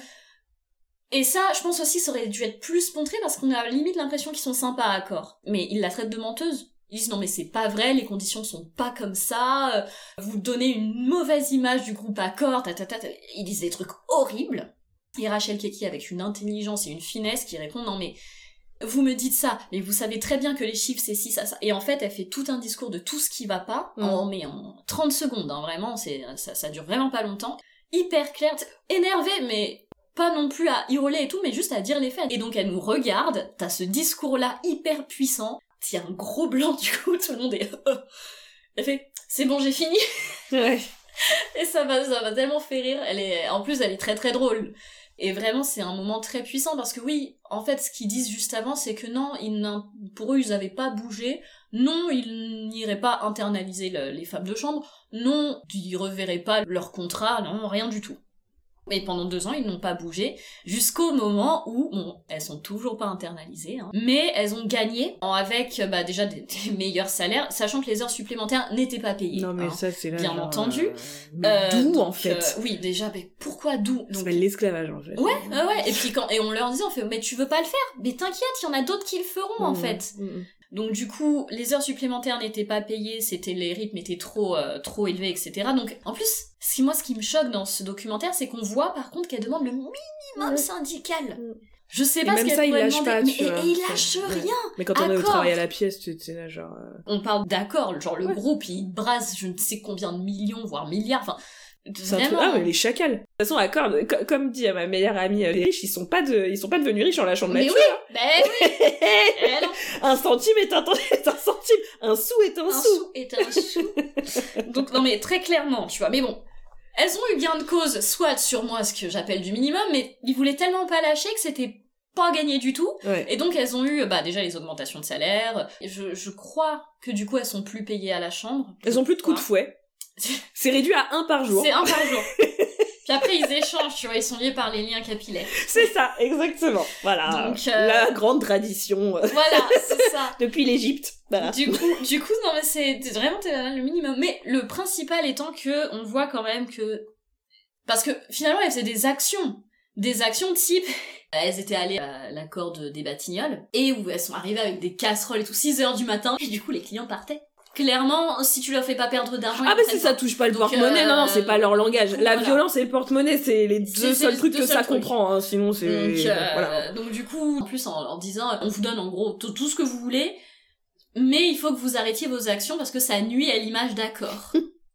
et ça, je pense aussi, ça aurait dû être plus montré parce qu'on a limite l'impression qu'ils sont sympas à Accor. Mais ils la traitent de menteuse. Ils disent non mais c'est pas vrai, les conditions sont pas comme ça, euh, vous donnez une mauvaise image du groupe Accor, ta, ta, ta, ta. Ils disent des trucs horribles. Et Rachel Keke avec une intelligence et une finesse qui répond non mais vous me dites ça, mais vous savez très bien que les chiffres c'est ci, ça, ça. Et en fait elle fait tout un discours de tout ce qui va pas, mmh. en, mais en trente secondes, hein, vraiment, c'est, ça, ça dure vraiment pas longtemps. Hyper clair, énervée mais pas non plus à hurler et tout, mais juste à dire les faits. Et donc elle nous regarde, t'as ce discours-là hyper puissant. Il y a un gros blanc, du coup, tout le monde est... Elle fait « C'est bon, j'ai fini !» Ouais. Et ça m'a, ça m'a tellement fait rire. Elle est, en plus, elle est très très drôle. Et vraiment, c'est un moment très puissant, parce que oui, en fait, ce qu'ils disent juste avant, c'est que non, ils pour eux, ils n'avaient pas bougé. Non, ils n'iraient pas internaliser le, les femmes de chambre. Non, ils reverraient pas leur contrat. Non, rien du tout. Et pendant deux ans, ils n'ont pas bougé, jusqu'au moment où, bon, elles sont toujours pas internalisées, hein, mais elles ont gagné avec, bah, déjà des, des meilleurs salaires, sachant que les heures supplémentaires n'étaient pas payées. Non, mais hein, ça, c'est là, bien genre, entendu. Euh, euh, d'où, donc, en fait euh, oui, déjà, mais pourquoi d'où Ça s'appelle l'esclavage, en fait. Ouais, ouais, ouais. Et puis quand, et on leur disait, on fait, mais tu veux pas le faire? Mais t'inquiète, il y en a d'autres qui le feront, mmh, en fait. Mmh. Donc du coup, les heures supplémentaires n'étaient pas payées, c'était les rythmes étaient trop euh, trop élevés, et cetera. Donc en plus, ce qui, moi, ce qui me choque dans ce documentaire, c'est qu'on voit par contre qu'elle demande le minimum ouais. syndical. Je sais pas et ce même qu'elle ça, pourrait il lâche demander, pas, mais tu et, vois. et il lâche ouais. rien. Mais quand on est au Accor. travail à la pièce, tu sais là, genre. Euh... On parle d'accord, genre le ouais. groupe, il brasse je ne sais combien de millions, voire milliards. Enfin. C'est un truc... Ah mais les chacals. De toute façon, Accor, co- comme dit à ma meilleure amie, les riches, ils sont pas de, ils sont pas devenus riches en lâchant de la Mais thune. oui, ben oui. Eh non. Un centime est un, est un centime, un sou est un, un sou. sou est un sou. Donc non mais très clairement, tu vois. Mais bon, elles ont eu gain de cause, soit sur moi, ce que j'appelle du minimum, mais ils voulaient tellement pas lâcher que c'était pas gagné du tout. Ouais. Et donc elles ont eu, bah déjà les augmentations de salaire. Et je, je crois que du coup elles sont plus payées à la chambre. Elles ont plus de coups de fouet. C'est réduit à un par jour. C'est un par jour. Puis après, ils échangent, tu vois, ils sont liés par les liens capillaires. C'est ça, exactement. Voilà. Donc, euh... la grande tradition. Voilà, c'est ça. Depuis l'Égypte. Voilà. Du coup, du coup, non, mais c'est vraiment le minimum. Mais le principal étant que, on voit quand même que, parce que finalement, elles faisaient des actions. Des actions type, elles étaient allées à l'accord des Batignolles, et où elles sont arrivées avec des casseroles et tout, six heures du matin, et du coup, les clients partaient. Clairement, si tu leur fais pas perdre d'argent... Ah bah si ça touche pas le Donc, porte-monnaie, euh, non, non, c'est pas leur langage. La voilà. violence et le porte-monnaie, c'est les deux seuls trucs que ça trucs. comprend, hein, sinon c'est... Donc, euh, voilà. donc du coup, en plus en, en disant, on vous donne en gros tout, tout ce que vous voulez, mais il faut que vous arrêtiez vos actions parce que ça nuit à l'image d'Accor.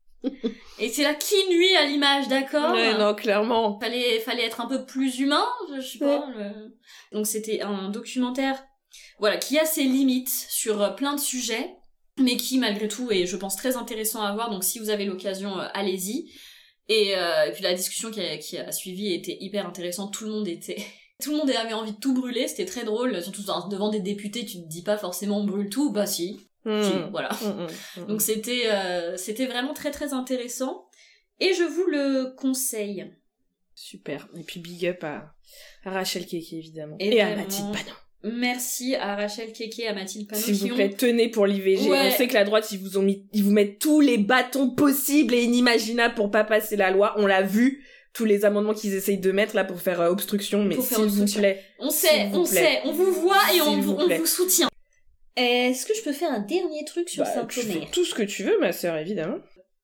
Et c'est là qui nuit à l'image d'Accor. Ouais, non, clairement. Fallait, fallait être un peu plus humain, je sais pas. Ouais. Le... Donc c'était un documentaire, voilà, qui a ses limites sur plein de sujets, mais qui malgré tout est, je pense, très intéressant à voir. Donc si vous avez l'occasion, euh, allez-y. Et, euh, et puis la discussion qui a, qui a suivi était hyper intéressante. Tout le monde était, tout le monde avait envie de tout brûler. C'était très drôle, surtout devant des députés. Tu te dis pas forcément on brûle tout, bah si, mmh. si voilà. Mmh, mmh, Donc c'était, euh, c'était vraiment très très intéressant. Et je vous le conseille. Super. Et puis big up à, à Rachel Keke évidemment. Et, et vraiment... à Mathilde Panot. Merci à Rachel Keke, à Mathilde Panot. S'il vous plaît, ont... tenez pour l'I V G. Ouais. On sait que la droite, ils vous ont mis, ils vous mettent tous les bâtons possibles et inimaginables pour pas passer la loi. On l'a vu, tous les amendements qu'ils essayent de mettre là pour faire euh, obstruction, mais s'il vous plaît. On sait, on plaît. sait, on vous voit et on vous, on vous soutient. Est-ce que je peux faire un dernier truc sur bah, Saint-Omer ? Tu fais tout ce que tu veux, ma sœur, évidemment.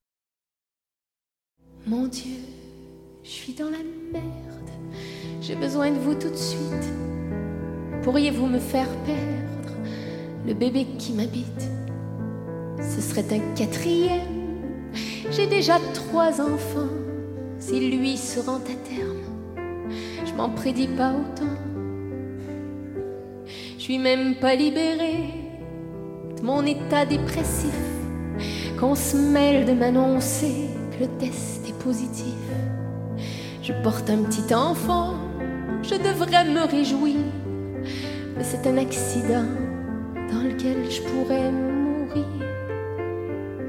Mon Dieu, je suis dans la merde. J'ai besoin de vous tout de suite. Pourriez-vous me faire perdre le bébé qui m'habite ? Ce serait un quatrième. J'ai déjà trois enfants. Si lui se rend à terme, je m'en prédis pas autant. Je suis même pas libérée de mon état dépressif. Qu'on se mêle de m'annoncer que le test est positif. Je porte un petit enfant, je devrais me réjouir. Mais c'est un accident dans lequel je pourrais mourir.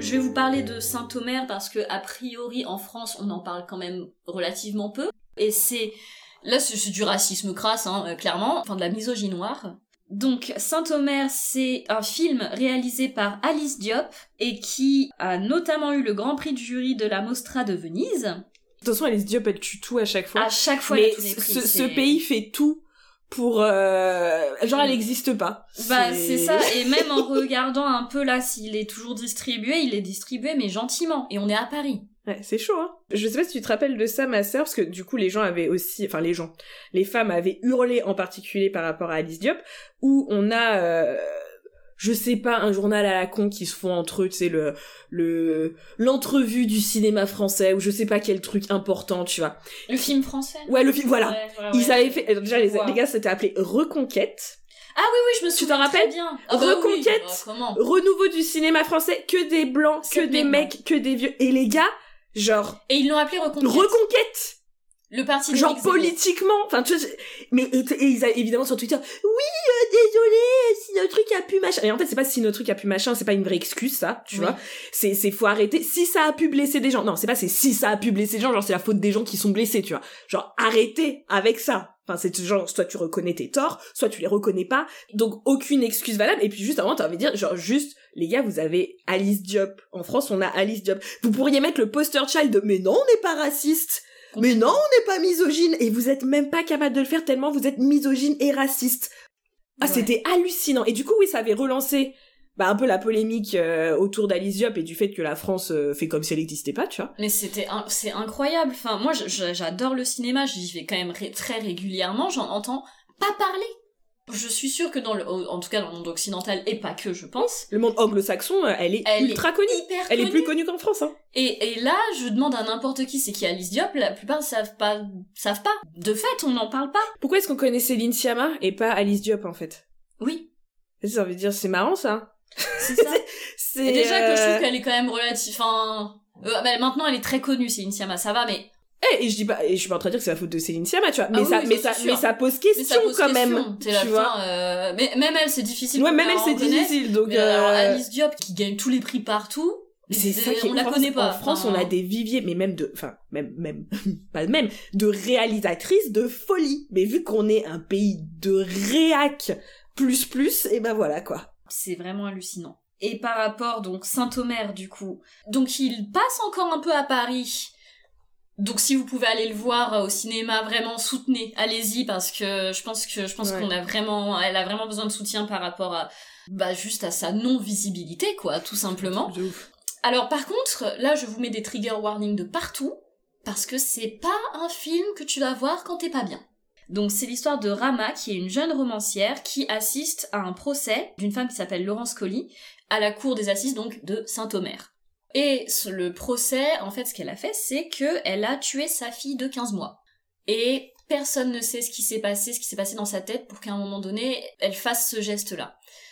Je vais vous parler de Saint-Omer parce que, a priori, en France, on en parle quand même relativement peu. Et c'est... Là, c'est, c'est du racisme crasse, hein, euh, clairement. Enfin, de la misogynie noire. Donc, Saint-Omer, c'est un film réalisé par Alice Diop et qui a notamment eu le Grand Prix du jury de la Mostra de Venise. De toute façon, Alice Diop, elle tue tout à chaque fois. À chaque fois, mais il y a tous les prix. ce, c'est... ce pays fait tout pour... Euh... Genre, elle n'existe pas. Bah, c'est... c'est ça. Et même en regardant un peu là, s'il est toujours distribué, il est distribué, mais gentiment. Et on est à Paris. Ouais, c'est chaud, hein. Je sais pas si tu te rappelles de ça, ma sœur, parce que du coup, les gens avaient aussi... Enfin, les gens. Les femmes avaient hurlé en particulier par rapport à Alice Diop, où on a... Euh... je sais pas, un journal à la con qui se font entre eux, tu sais, le, le, l'entrevue du cinéma français, ou je sais pas quel truc important, tu vois. Le film français? Ouais, le film, voilà. Ouais, ouais, Ils ouais, avaient je- fait, déjà, les, je vois. les gars, c'était appelé Reconquête. Ah oui, oui, je me Tu souviens t'en rappelles? très bien. Ah bah oui, Reconquête. bah comment? Renouveau du cinéma français, que des blancs, que C'est des maintenant. mecs, que des vieux. Et les gars, genre, Et ils l'ont appelé Reconquête. Reconquête! Le parti Genre d'Éric Zemmour. politiquement, enfin tu vois, je- mais et, et ils a, évidemment sur Twitter, oui, euh, désolé, si notre truc a pu machin. Et en fait c'est pas si notre truc a pu machin, c'est pas une vraie excuse ça, tu Oui. vois. C'est c'est faut arrêter. Si ça a pu blesser des gens, non c'est pas c'est si ça a pu blesser des gens, genre c'est la faute des gens qui sont blessés, tu vois. Genre arrêtez avec ça. Enfin c'est genre soit tu reconnais tes torts, soit tu les reconnais pas. Donc aucune excuse valable. Et puis juste avant t'as envie de dire genre juste les gars vous avez Alice Diop. En France on a Alice Diop. Vous pourriez mettre le poster child de mais non on n'est pas raciste. Mais non, on n'est pas misogyne, et vous êtes même pas capable de le faire tellement vous êtes misogyne et raciste. Ah, Ouais. c'était hallucinant. Et du coup, oui, ça avait relancé bah, un peu la polémique euh, autour d'Alice Diop et du fait que la France euh, fait comme si elle n'existait pas, tu vois. Mais c'était un- c'est incroyable. Enfin, moi, je- je- j'adore le cinéma. J'y vais quand même ré- très régulièrement. J'en entends pas parler. Je suis sûre que dans le, en tout cas dans le monde occidental et pas que, je pense, Le monde anglo-saxon, euh, elle est elle ultra est connue. hyper Elle est connue. plus connue qu'en France, hein. Et, et là, je demande à n'importe qui c'est qui Alice Diop. La plupart savent pas, savent pas. De fait, on n'en parle pas. Pourquoi est-ce qu'on connaît Céline Sciamma et pas Alice Diop, en fait? Oui, Ça veut dire, c'est marrant, ça. c'est ça. C'est, Et déjà que je euh, trouve qu'elle est quand même relative. Enfin, euh, bah, maintenant elle est très connue, Céline Sciamma, ça va, mais Eh, et je dis pas, et je suis pas en train de dire que c'est la faute de Céline Sciamma, tu vois. Mais Ah ça, oui, mais ça, ça, c'est sûr. mais ça pose mais question ça pose quand question. même. T'es là, tu vois. putain, euh, mais même elle, c'est difficile. Ouais, de même la elle, c'est reconnaître. difficile, donc, Mais alors, euh, Alice Diop qui gagne tous les prix partout, mais c'est ça qui est on la en France- connaît pas. En France, Enfin, on a des viviers, mais même de, enfin, même, même, pas même, de réalisatrices de folie. Mais vu qu'on est un pays de réac plus plus, et ben voilà, quoi. c'est vraiment hallucinant. Et par rapport, donc, Saint-Omer, du coup. Donc, il passe encore un peu à Paris. Donc, si vous pouvez aller le voir euh, au cinéma, vraiment, soutenez. Allez-y, parce que je pense que, je pense Ouais. qu'on a vraiment, elle a vraiment besoin de soutien par rapport à, bah, juste à sa non-visibilité, quoi, tout simplement. De ouf. Alors, par contre, là, je vous mets des trigger warnings de partout, parce que c'est pas un film que tu vas voir quand t'es pas bien. Donc c'est l'histoire de Rama, qui est une jeune romancière qui assiste à un procès d'une femme qui s'appelle Laurence Colli, à la cour des assises donc de Saint-Omer. Et ce- le procès, en fait, ce qu'elle a fait, c'est que elle a tué sa fille de quinze mois. Et personne ne sait ce qui s'est passé, ce qui s'est passé dans sa tête pour qu'à un moment donné, elle fasse ce geste-là.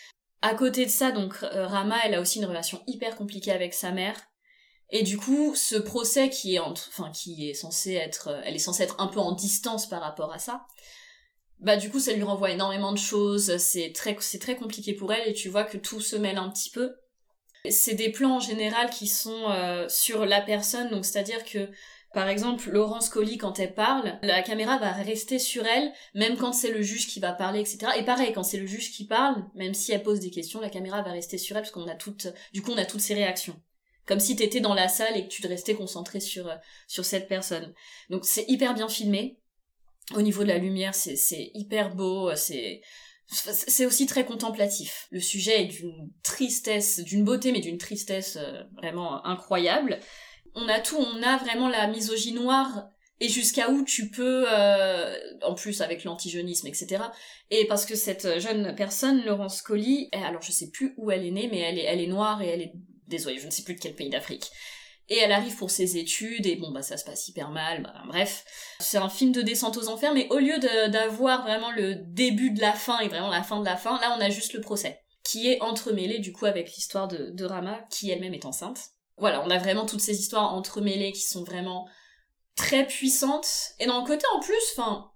À côté de ça, donc euh, Rama, elle a aussi une relation hyper compliquée avec sa mère. Et du coup, ce procès qui est entre, enfin, qui est censé être, euh, elle est censée être un peu en distance par rapport à ça. Bah, du coup, ça lui renvoie énormément de choses, c'est très, c'est très compliqué pour elle, et tu vois que tout se mêle un petit peu. C'est des plans en général qui sont euh, sur la personne, donc c'est-à-dire que, par exemple, Laurence Colli, quand elle parle, la caméra va rester sur elle, même quand c'est le juge qui va parler, et cetera. Et pareil, quand c'est le juge qui parle, même si elle pose des questions, la caméra va rester sur elle, parce qu'on a toutes, du coup, on a toutes ses réactions. Comme si t'étais dans la salle et que tu restais concentré sur, euh, sur cette personne. Donc c'est hyper bien filmé. Au niveau de la lumière, c'est, c'est hyper beau, c'est, c'est aussi très contemplatif. Le sujet est d'une tristesse, d'une beauté, mais d'une tristesse euh, vraiment incroyable. On a tout, on a vraiment la misogynie noire, et jusqu'à où tu peux, euh, en plus avec l'antigénisme, et cetera. Et parce que cette jeune personne, Laurence Colli, alors je sais plus où elle est née, mais elle est, elle est noire et elle est, désolée, je ne sais plus de quel pays d'Afrique. Et elle arrive pour ses études, et bon, bah, ça se passe hyper mal, bah, bref. C'est un film de descente aux enfers, mais au lieu de, d'avoir vraiment le début de la fin, et vraiment la fin de la fin, là, on a juste le procès, qui est entremêlé, du coup, avec l'histoire de, de Rama, qui elle-même est enceinte. Voilà, on a vraiment toutes ces histoires entremêlées qui sont vraiment très puissantes. Et dans le côté, en plus, enfin,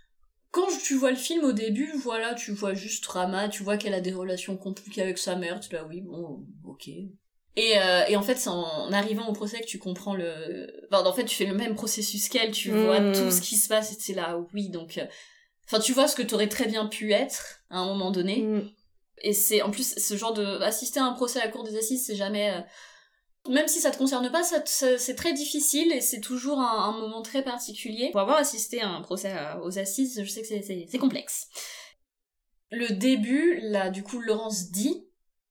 quand tu vois le film au début, voilà, tu vois juste Rama, tu vois qu'elle a des relations compliquées avec sa mère, tu dis, ah oui, bon, ok. Et, euh, et en fait, c'est en arrivant au procès que tu comprends le... Enfin, en fait, tu fais le même processus qu'elle, tu mmh. vois tout ce qui se passe, et c'est là, oui, donc... Enfin, euh... tu vois ce que t'aurais très bien pu être, à un moment donné. Mmh. Et c'est, en plus, ce genre de... Assister à un procès à la cour des assises, c'est jamais... Euh... Même si ça te concerne pas, ça, ça, c'est très difficile, et c'est toujours un, un moment très particulier. Pour avoir assisté à un procès à, aux assises, je sais que c'est, c'est, c'est complexe. Le début, là, du coup, Laurence dit...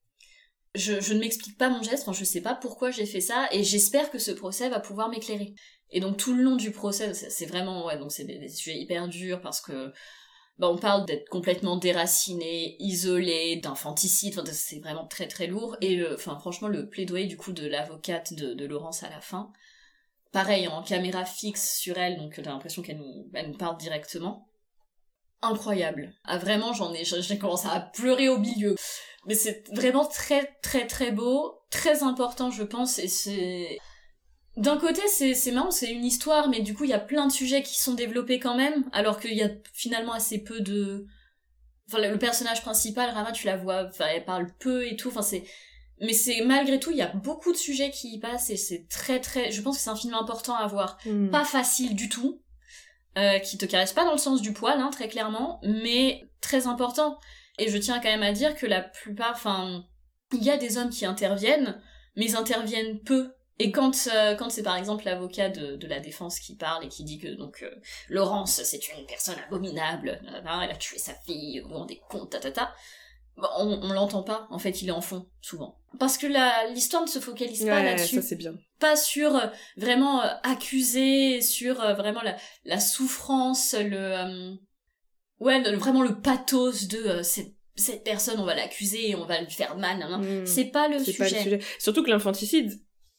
Je, je ne m'explique pas mon geste, enfin je sais pas pourquoi j'ai fait ça, et j'espère que ce procès va pouvoir m'éclairer. Et donc tout le long du procès, c'est, c'est vraiment, ouais, donc c'est des, des sujets hyper durs, parce que, bah on parle d'être complètement déraciné, isolé, d'infanticide, enfin c'est vraiment très très lourd, et le, enfin franchement le plaidoyer du coup de l'avocate de, de Laurence à la fin, pareil, en caméra fixe sur elle, donc t'as l'impression qu'elle nous, elle nous parle directement. Incroyable. Ah vraiment, j'en ai, j'ai commencé à pleurer au milieu. Mais c'est vraiment très très très beau, très important je pense, et c'est... D'un côté c'est, c'est marrant, c'est une histoire, mais du coup il y a plein de sujets qui sont développés quand même, alors qu'il y a finalement assez peu de... Enfin le personnage principal, Rama, tu la vois, enfin elle parle peu et tout, enfin c'est... Mais c'est malgré tout, il y a beaucoup de sujets qui y passent, et c'est très très... Je pense que c'est un film important à voir. Mm. Pas facile du tout, euh, qui te caresse pas dans le sens du poil, hein, très clairement, mais très important. Et je tiens quand même à dire que la plupart, enfin, il y a des hommes qui interviennent, mais ils interviennent peu. Et quand euh, quand c'est par exemple l'avocat de, de la défense qui parle et qui dit que donc euh, Laurence c'est une personne abominable, hein, elle a tué sa fille, vous vous rendez compte, ta ta ta, bon, on, on l'entend pas. En fait, il est en fond souvent. Parce que la l'histoire ne se focalise ouais, pas là-dessus. Ça c'est bien. Pas sur euh, vraiment euh, accuser, sur euh, vraiment la la souffrance, le euh, ouais, le, vraiment le pathos de euh, cette, cette personne, on va l'accuser et on va lui faire mal. Non, non. Mmh. C'est pas le c'est sujet. Pas le sujet. Surtout que l'infanticide,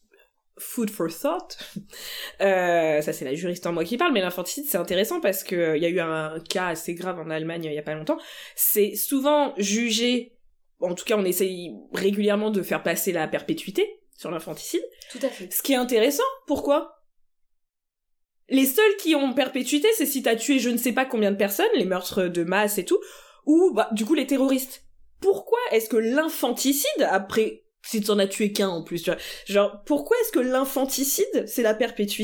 food for thought, euh, ça c'est la juriste en moi qui parle, mais l'infanticide c'est intéressant parce que il euh, y a eu un cas assez grave en Allemagne il y a pas longtemps. C'est souvent jugé, en tout cas on essaye régulièrement de faire passer la perpétuité sur l'infanticide. Tout à fait. Ce qui est intéressant, pourquoi ? Les seuls qui ont perpétuité, c'est si t'as tué je ne sais pas combien de personnes, les meurtres de masse et tout, ou bah du coup les terroristes. Pourquoi est-ce que l'infanticide, après, si t'en as tué qu'un en plus, tu vois, genre, pourquoi est-ce que l'infanticide, c'est la perpétuité ?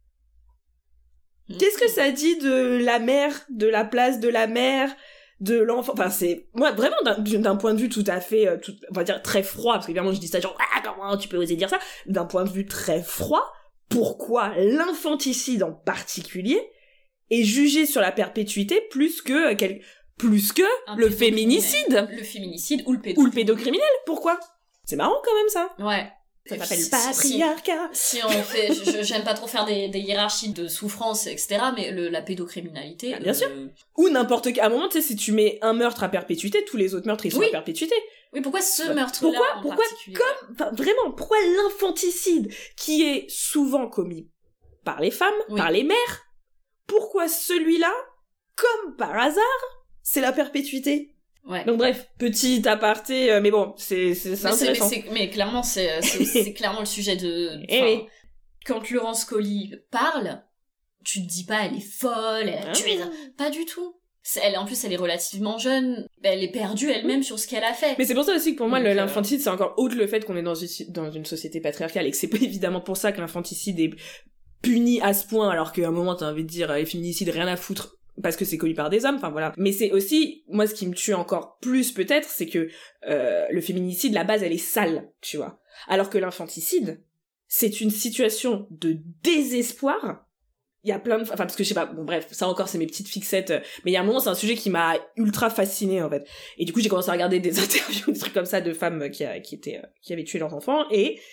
Mmh. Qu'est-ce que ça dit de la mère, de la place de la mère, de l'enfant ? Enfin, c'est, moi, vraiment, d'un, d'un point de vue tout à fait, euh, tout, on va dire très froid, parce qu'évidemment, je dis ça genre, ah, comment tu peux oser dire ça ? D'un point de vue très froid, pourquoi l'infanticide en particulier est jugé sur la perpétuité plus que quel... plus que Un le féminicide, le féminicide ou le pédocriminel. ou le pédocriminel. Pourquoi ? C'est marrant quand même ça. Ouais. Ça s'appelle le patriarcat. Si, si on fait, je, j'aime pas trop faire des, des hiérarchies de souffrance, et cetera. Mais le, la pédocriminalité. Ah, bien euh... sûr. Ou n'importe quel. À un moment, tu sais, si tu mets un meurtre à perpétuité, tous les autres meurtres ils sont oui. à perpétuité. Oui, pourquoi ce meurtre-là pourquoi, en pourquoi particulier comme, enfin, vraiment, pourquoi l'infanticide qui est souvent commis par les femmes, oui. par les mères, pourquoi celui-là, comme par hasard, c'est la perpétuité? Ouais. Donc bref, petit aparté, euh, mais bon, c'est c'est, c'est mais intéressant. C'est, mais, c'est, mais clairement, c'est c'est, c'est clairement le sujet de. Eh oui. Quand Laurence Colli parle, tu te dis pas elle est folle, elle a ah. tué. Pas du tout. C'est, elle, en plus, elle est relativement jeune. Elle est perdue elle-même sur ce qu'elle a fait. Mais c'est pour ça aussi que pour moi, Donc, le, l'infanticide, c'est encore autre le fait qu'on est dans une, dans une société patriarcale et que c'est pas évidemment pour ça que l'infanticide est puni à ce point, alors qu'à un moment, t'as envie de dire, les féminicides, rien à foutre, parce que c'est commis par des hommes, enfin voilà. Mais c'est aussi, moi, ce qui me tue encore plus, peut-être, c'est que euh, le féminicide, la base, elle est sale, tu vois. Alors que l'infanticide, c'est une situation de désespoir. Il y a plein de... Enfin, parce que je sais pas, bon bref, ça encore, c'est mes petites fixettes, mais il y a un moment, c'est un sujet qui m'a ultra fascinée, en fait. Et du coup, j'ai commencé à regarder des interviews, des trucs comme ça, de femmes qui, a, qui étaient, qui avaient tué leurs enfants, et...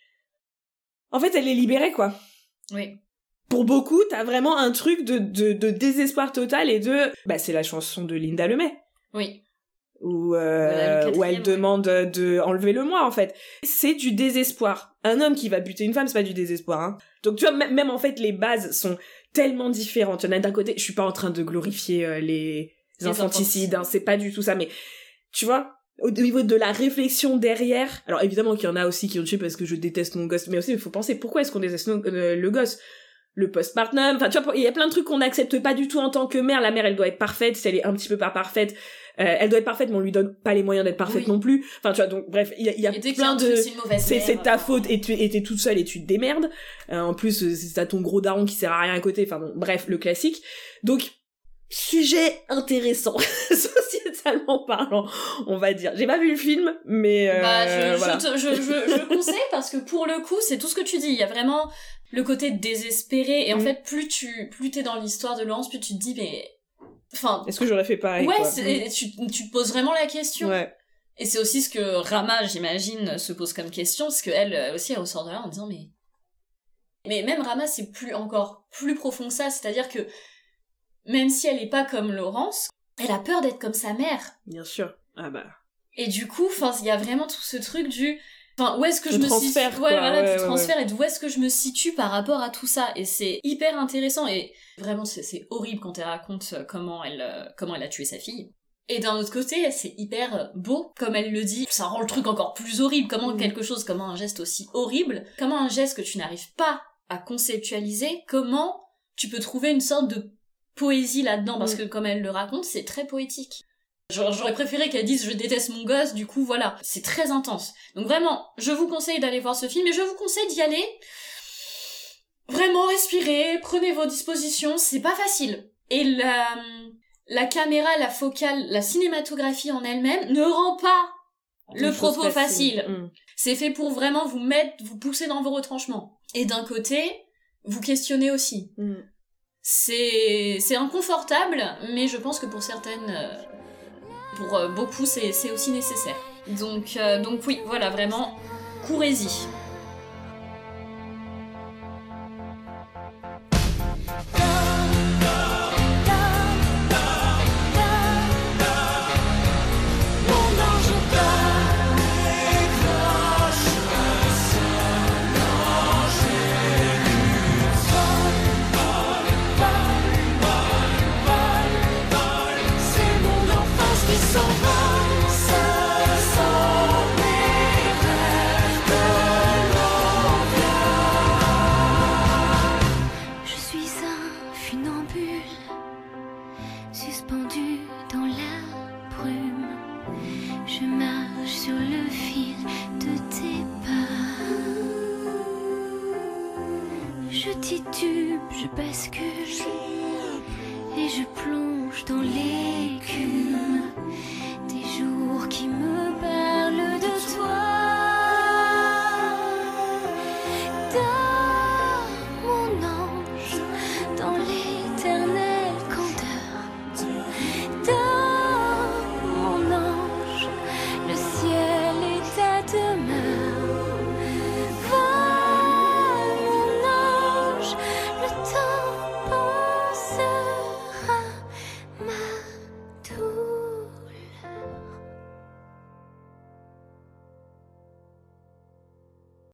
En fait, elle les libérait, quoi. Oui. Pour beaucoup, t'as vraiment un truc de, de, de désespoir total et de... Bah, c'est la chanson de Linda Lemay. Oui. Où, euh, où elle demande de enlever le moi, en fait. C'est du désespoir. Un homme qui va buter une femme, c'est pas du désespoir, hein. Donc, tu vois, m- même en fait, les bases sont tellement différentes. Il y en a d'un côté, je suis pas en train de glorifier euh, les, les infanticides, hein, c'est pas du tout ça, mais tu vois, au niveau de la réflexion derrière, alors évidemment qu'il y en a aussi qui ont tué parce que je déteste mon gosse, mais aussi il faut penser, pourquoi est-ce qu'on déteste euh, le gosse ? Le postpartum, enfin tu vois, il y a plein de trucs qu'on n'accepte pas du tout en tant que mère. La mère, elle doit être parfaite, si elle est un petit peu pas parfaite, Euh, elle doit être parfaite, mais on lui donne pas les moyens d'être parfaite Oui. non plus. Enfin, tu vois, donc bref, il y a, il y a Et dès qu'il y a plein un de... truc, c'est une mauvaise C'est, mère, c'est ta enfin. faute et tu et t'es toute seule et tu te démerdes. Euh, en plus, euh, c'est t'as ton gros daron qui sert à rien à côté. Enfin bon, bref, le classique. Donc, sujet intéressant, sociétalement parlant, on va dire. J'ai pas vu le film, mais euh, Bah, je, voilà. je, te- je, je, je le conseille parce que pour le coup, c'est tout ce que tu dis. Il y a vraiment le côté désespéré et en Mm. fait, plus tu, plus t'es dans l'histoire de Laurence, plus tu te dis, mais, enfin, Est-ce que j'aurais fait pareil ouais, quoi. c'est, tu, tu te poses vraiment la question. Ouais. Et c'est aussi ce que Rama, j'imagine, se pose comme question, parce qu'elle elle aussi, elle ressort de là en disant, mais, mais même Rama, c'est plus, encore plus profond que ça, c'est-à-dire que, même si elle est pas comme Laurence, elle a peur d'être comme sa mère. Bien sûr. Ah bah. Et du coup, enfin, il y a vraiment tout ce truc du, enfin, où est-ce que Le je me transfert, situe, quoi. ouais, voilà, Ouais, du ouais, transfert et d'où est-ce que je me situe par rapport à tout ça. Et c'est hyper intéressant et vraiment, c'est, c'est horrible quand elle raconte comment elle, euh, comment elle a tué sa fille. Et d'un autre côté, c'est hyper beau, comme elle le dit. Ça rend le truc encore plus horrible. Comment Mhm. quelque chose, comment un geste aussi horrible, comment un geste que tu n'arrives pas à conceptualiser, comment tu peux trouver une sorte de poésie là-dedans, parce Mhm. que comme elle le raconte, c'est très poétique. Genre, j'aurais préféré qu'elle dise « je déteste mon gosse », du coup, voilà. C'est très intense. Donc vraiment, je vous conseille d'aller voir ce film, et je vous conseille d'y aller. Vraiment, respirez, prenez vos dispositions, c'est pas facile. Et la, la caméra, la focale, la cinématographie en elle-même ne rend pas le Une chose propos facile. Mm. C'est fait pour vraiment vous mettre, vous pousser dans vos retranchements. Et d'un côté, vous questionner aussi. Mm. C'est, c'est inconfortable, mais je pense que pour certaines, euh, pour euh, beaucoup, c'est, c'est aussi nécessaire. Donc, euh, donc oui, voilà, vraiment, courez-y. Je suis un funambule, suspendu dans la brume. Je marche sur le fil de tes pas. Je titube, je bascule, et je plonge dans l'écume. Des jours qui me parlent de toi.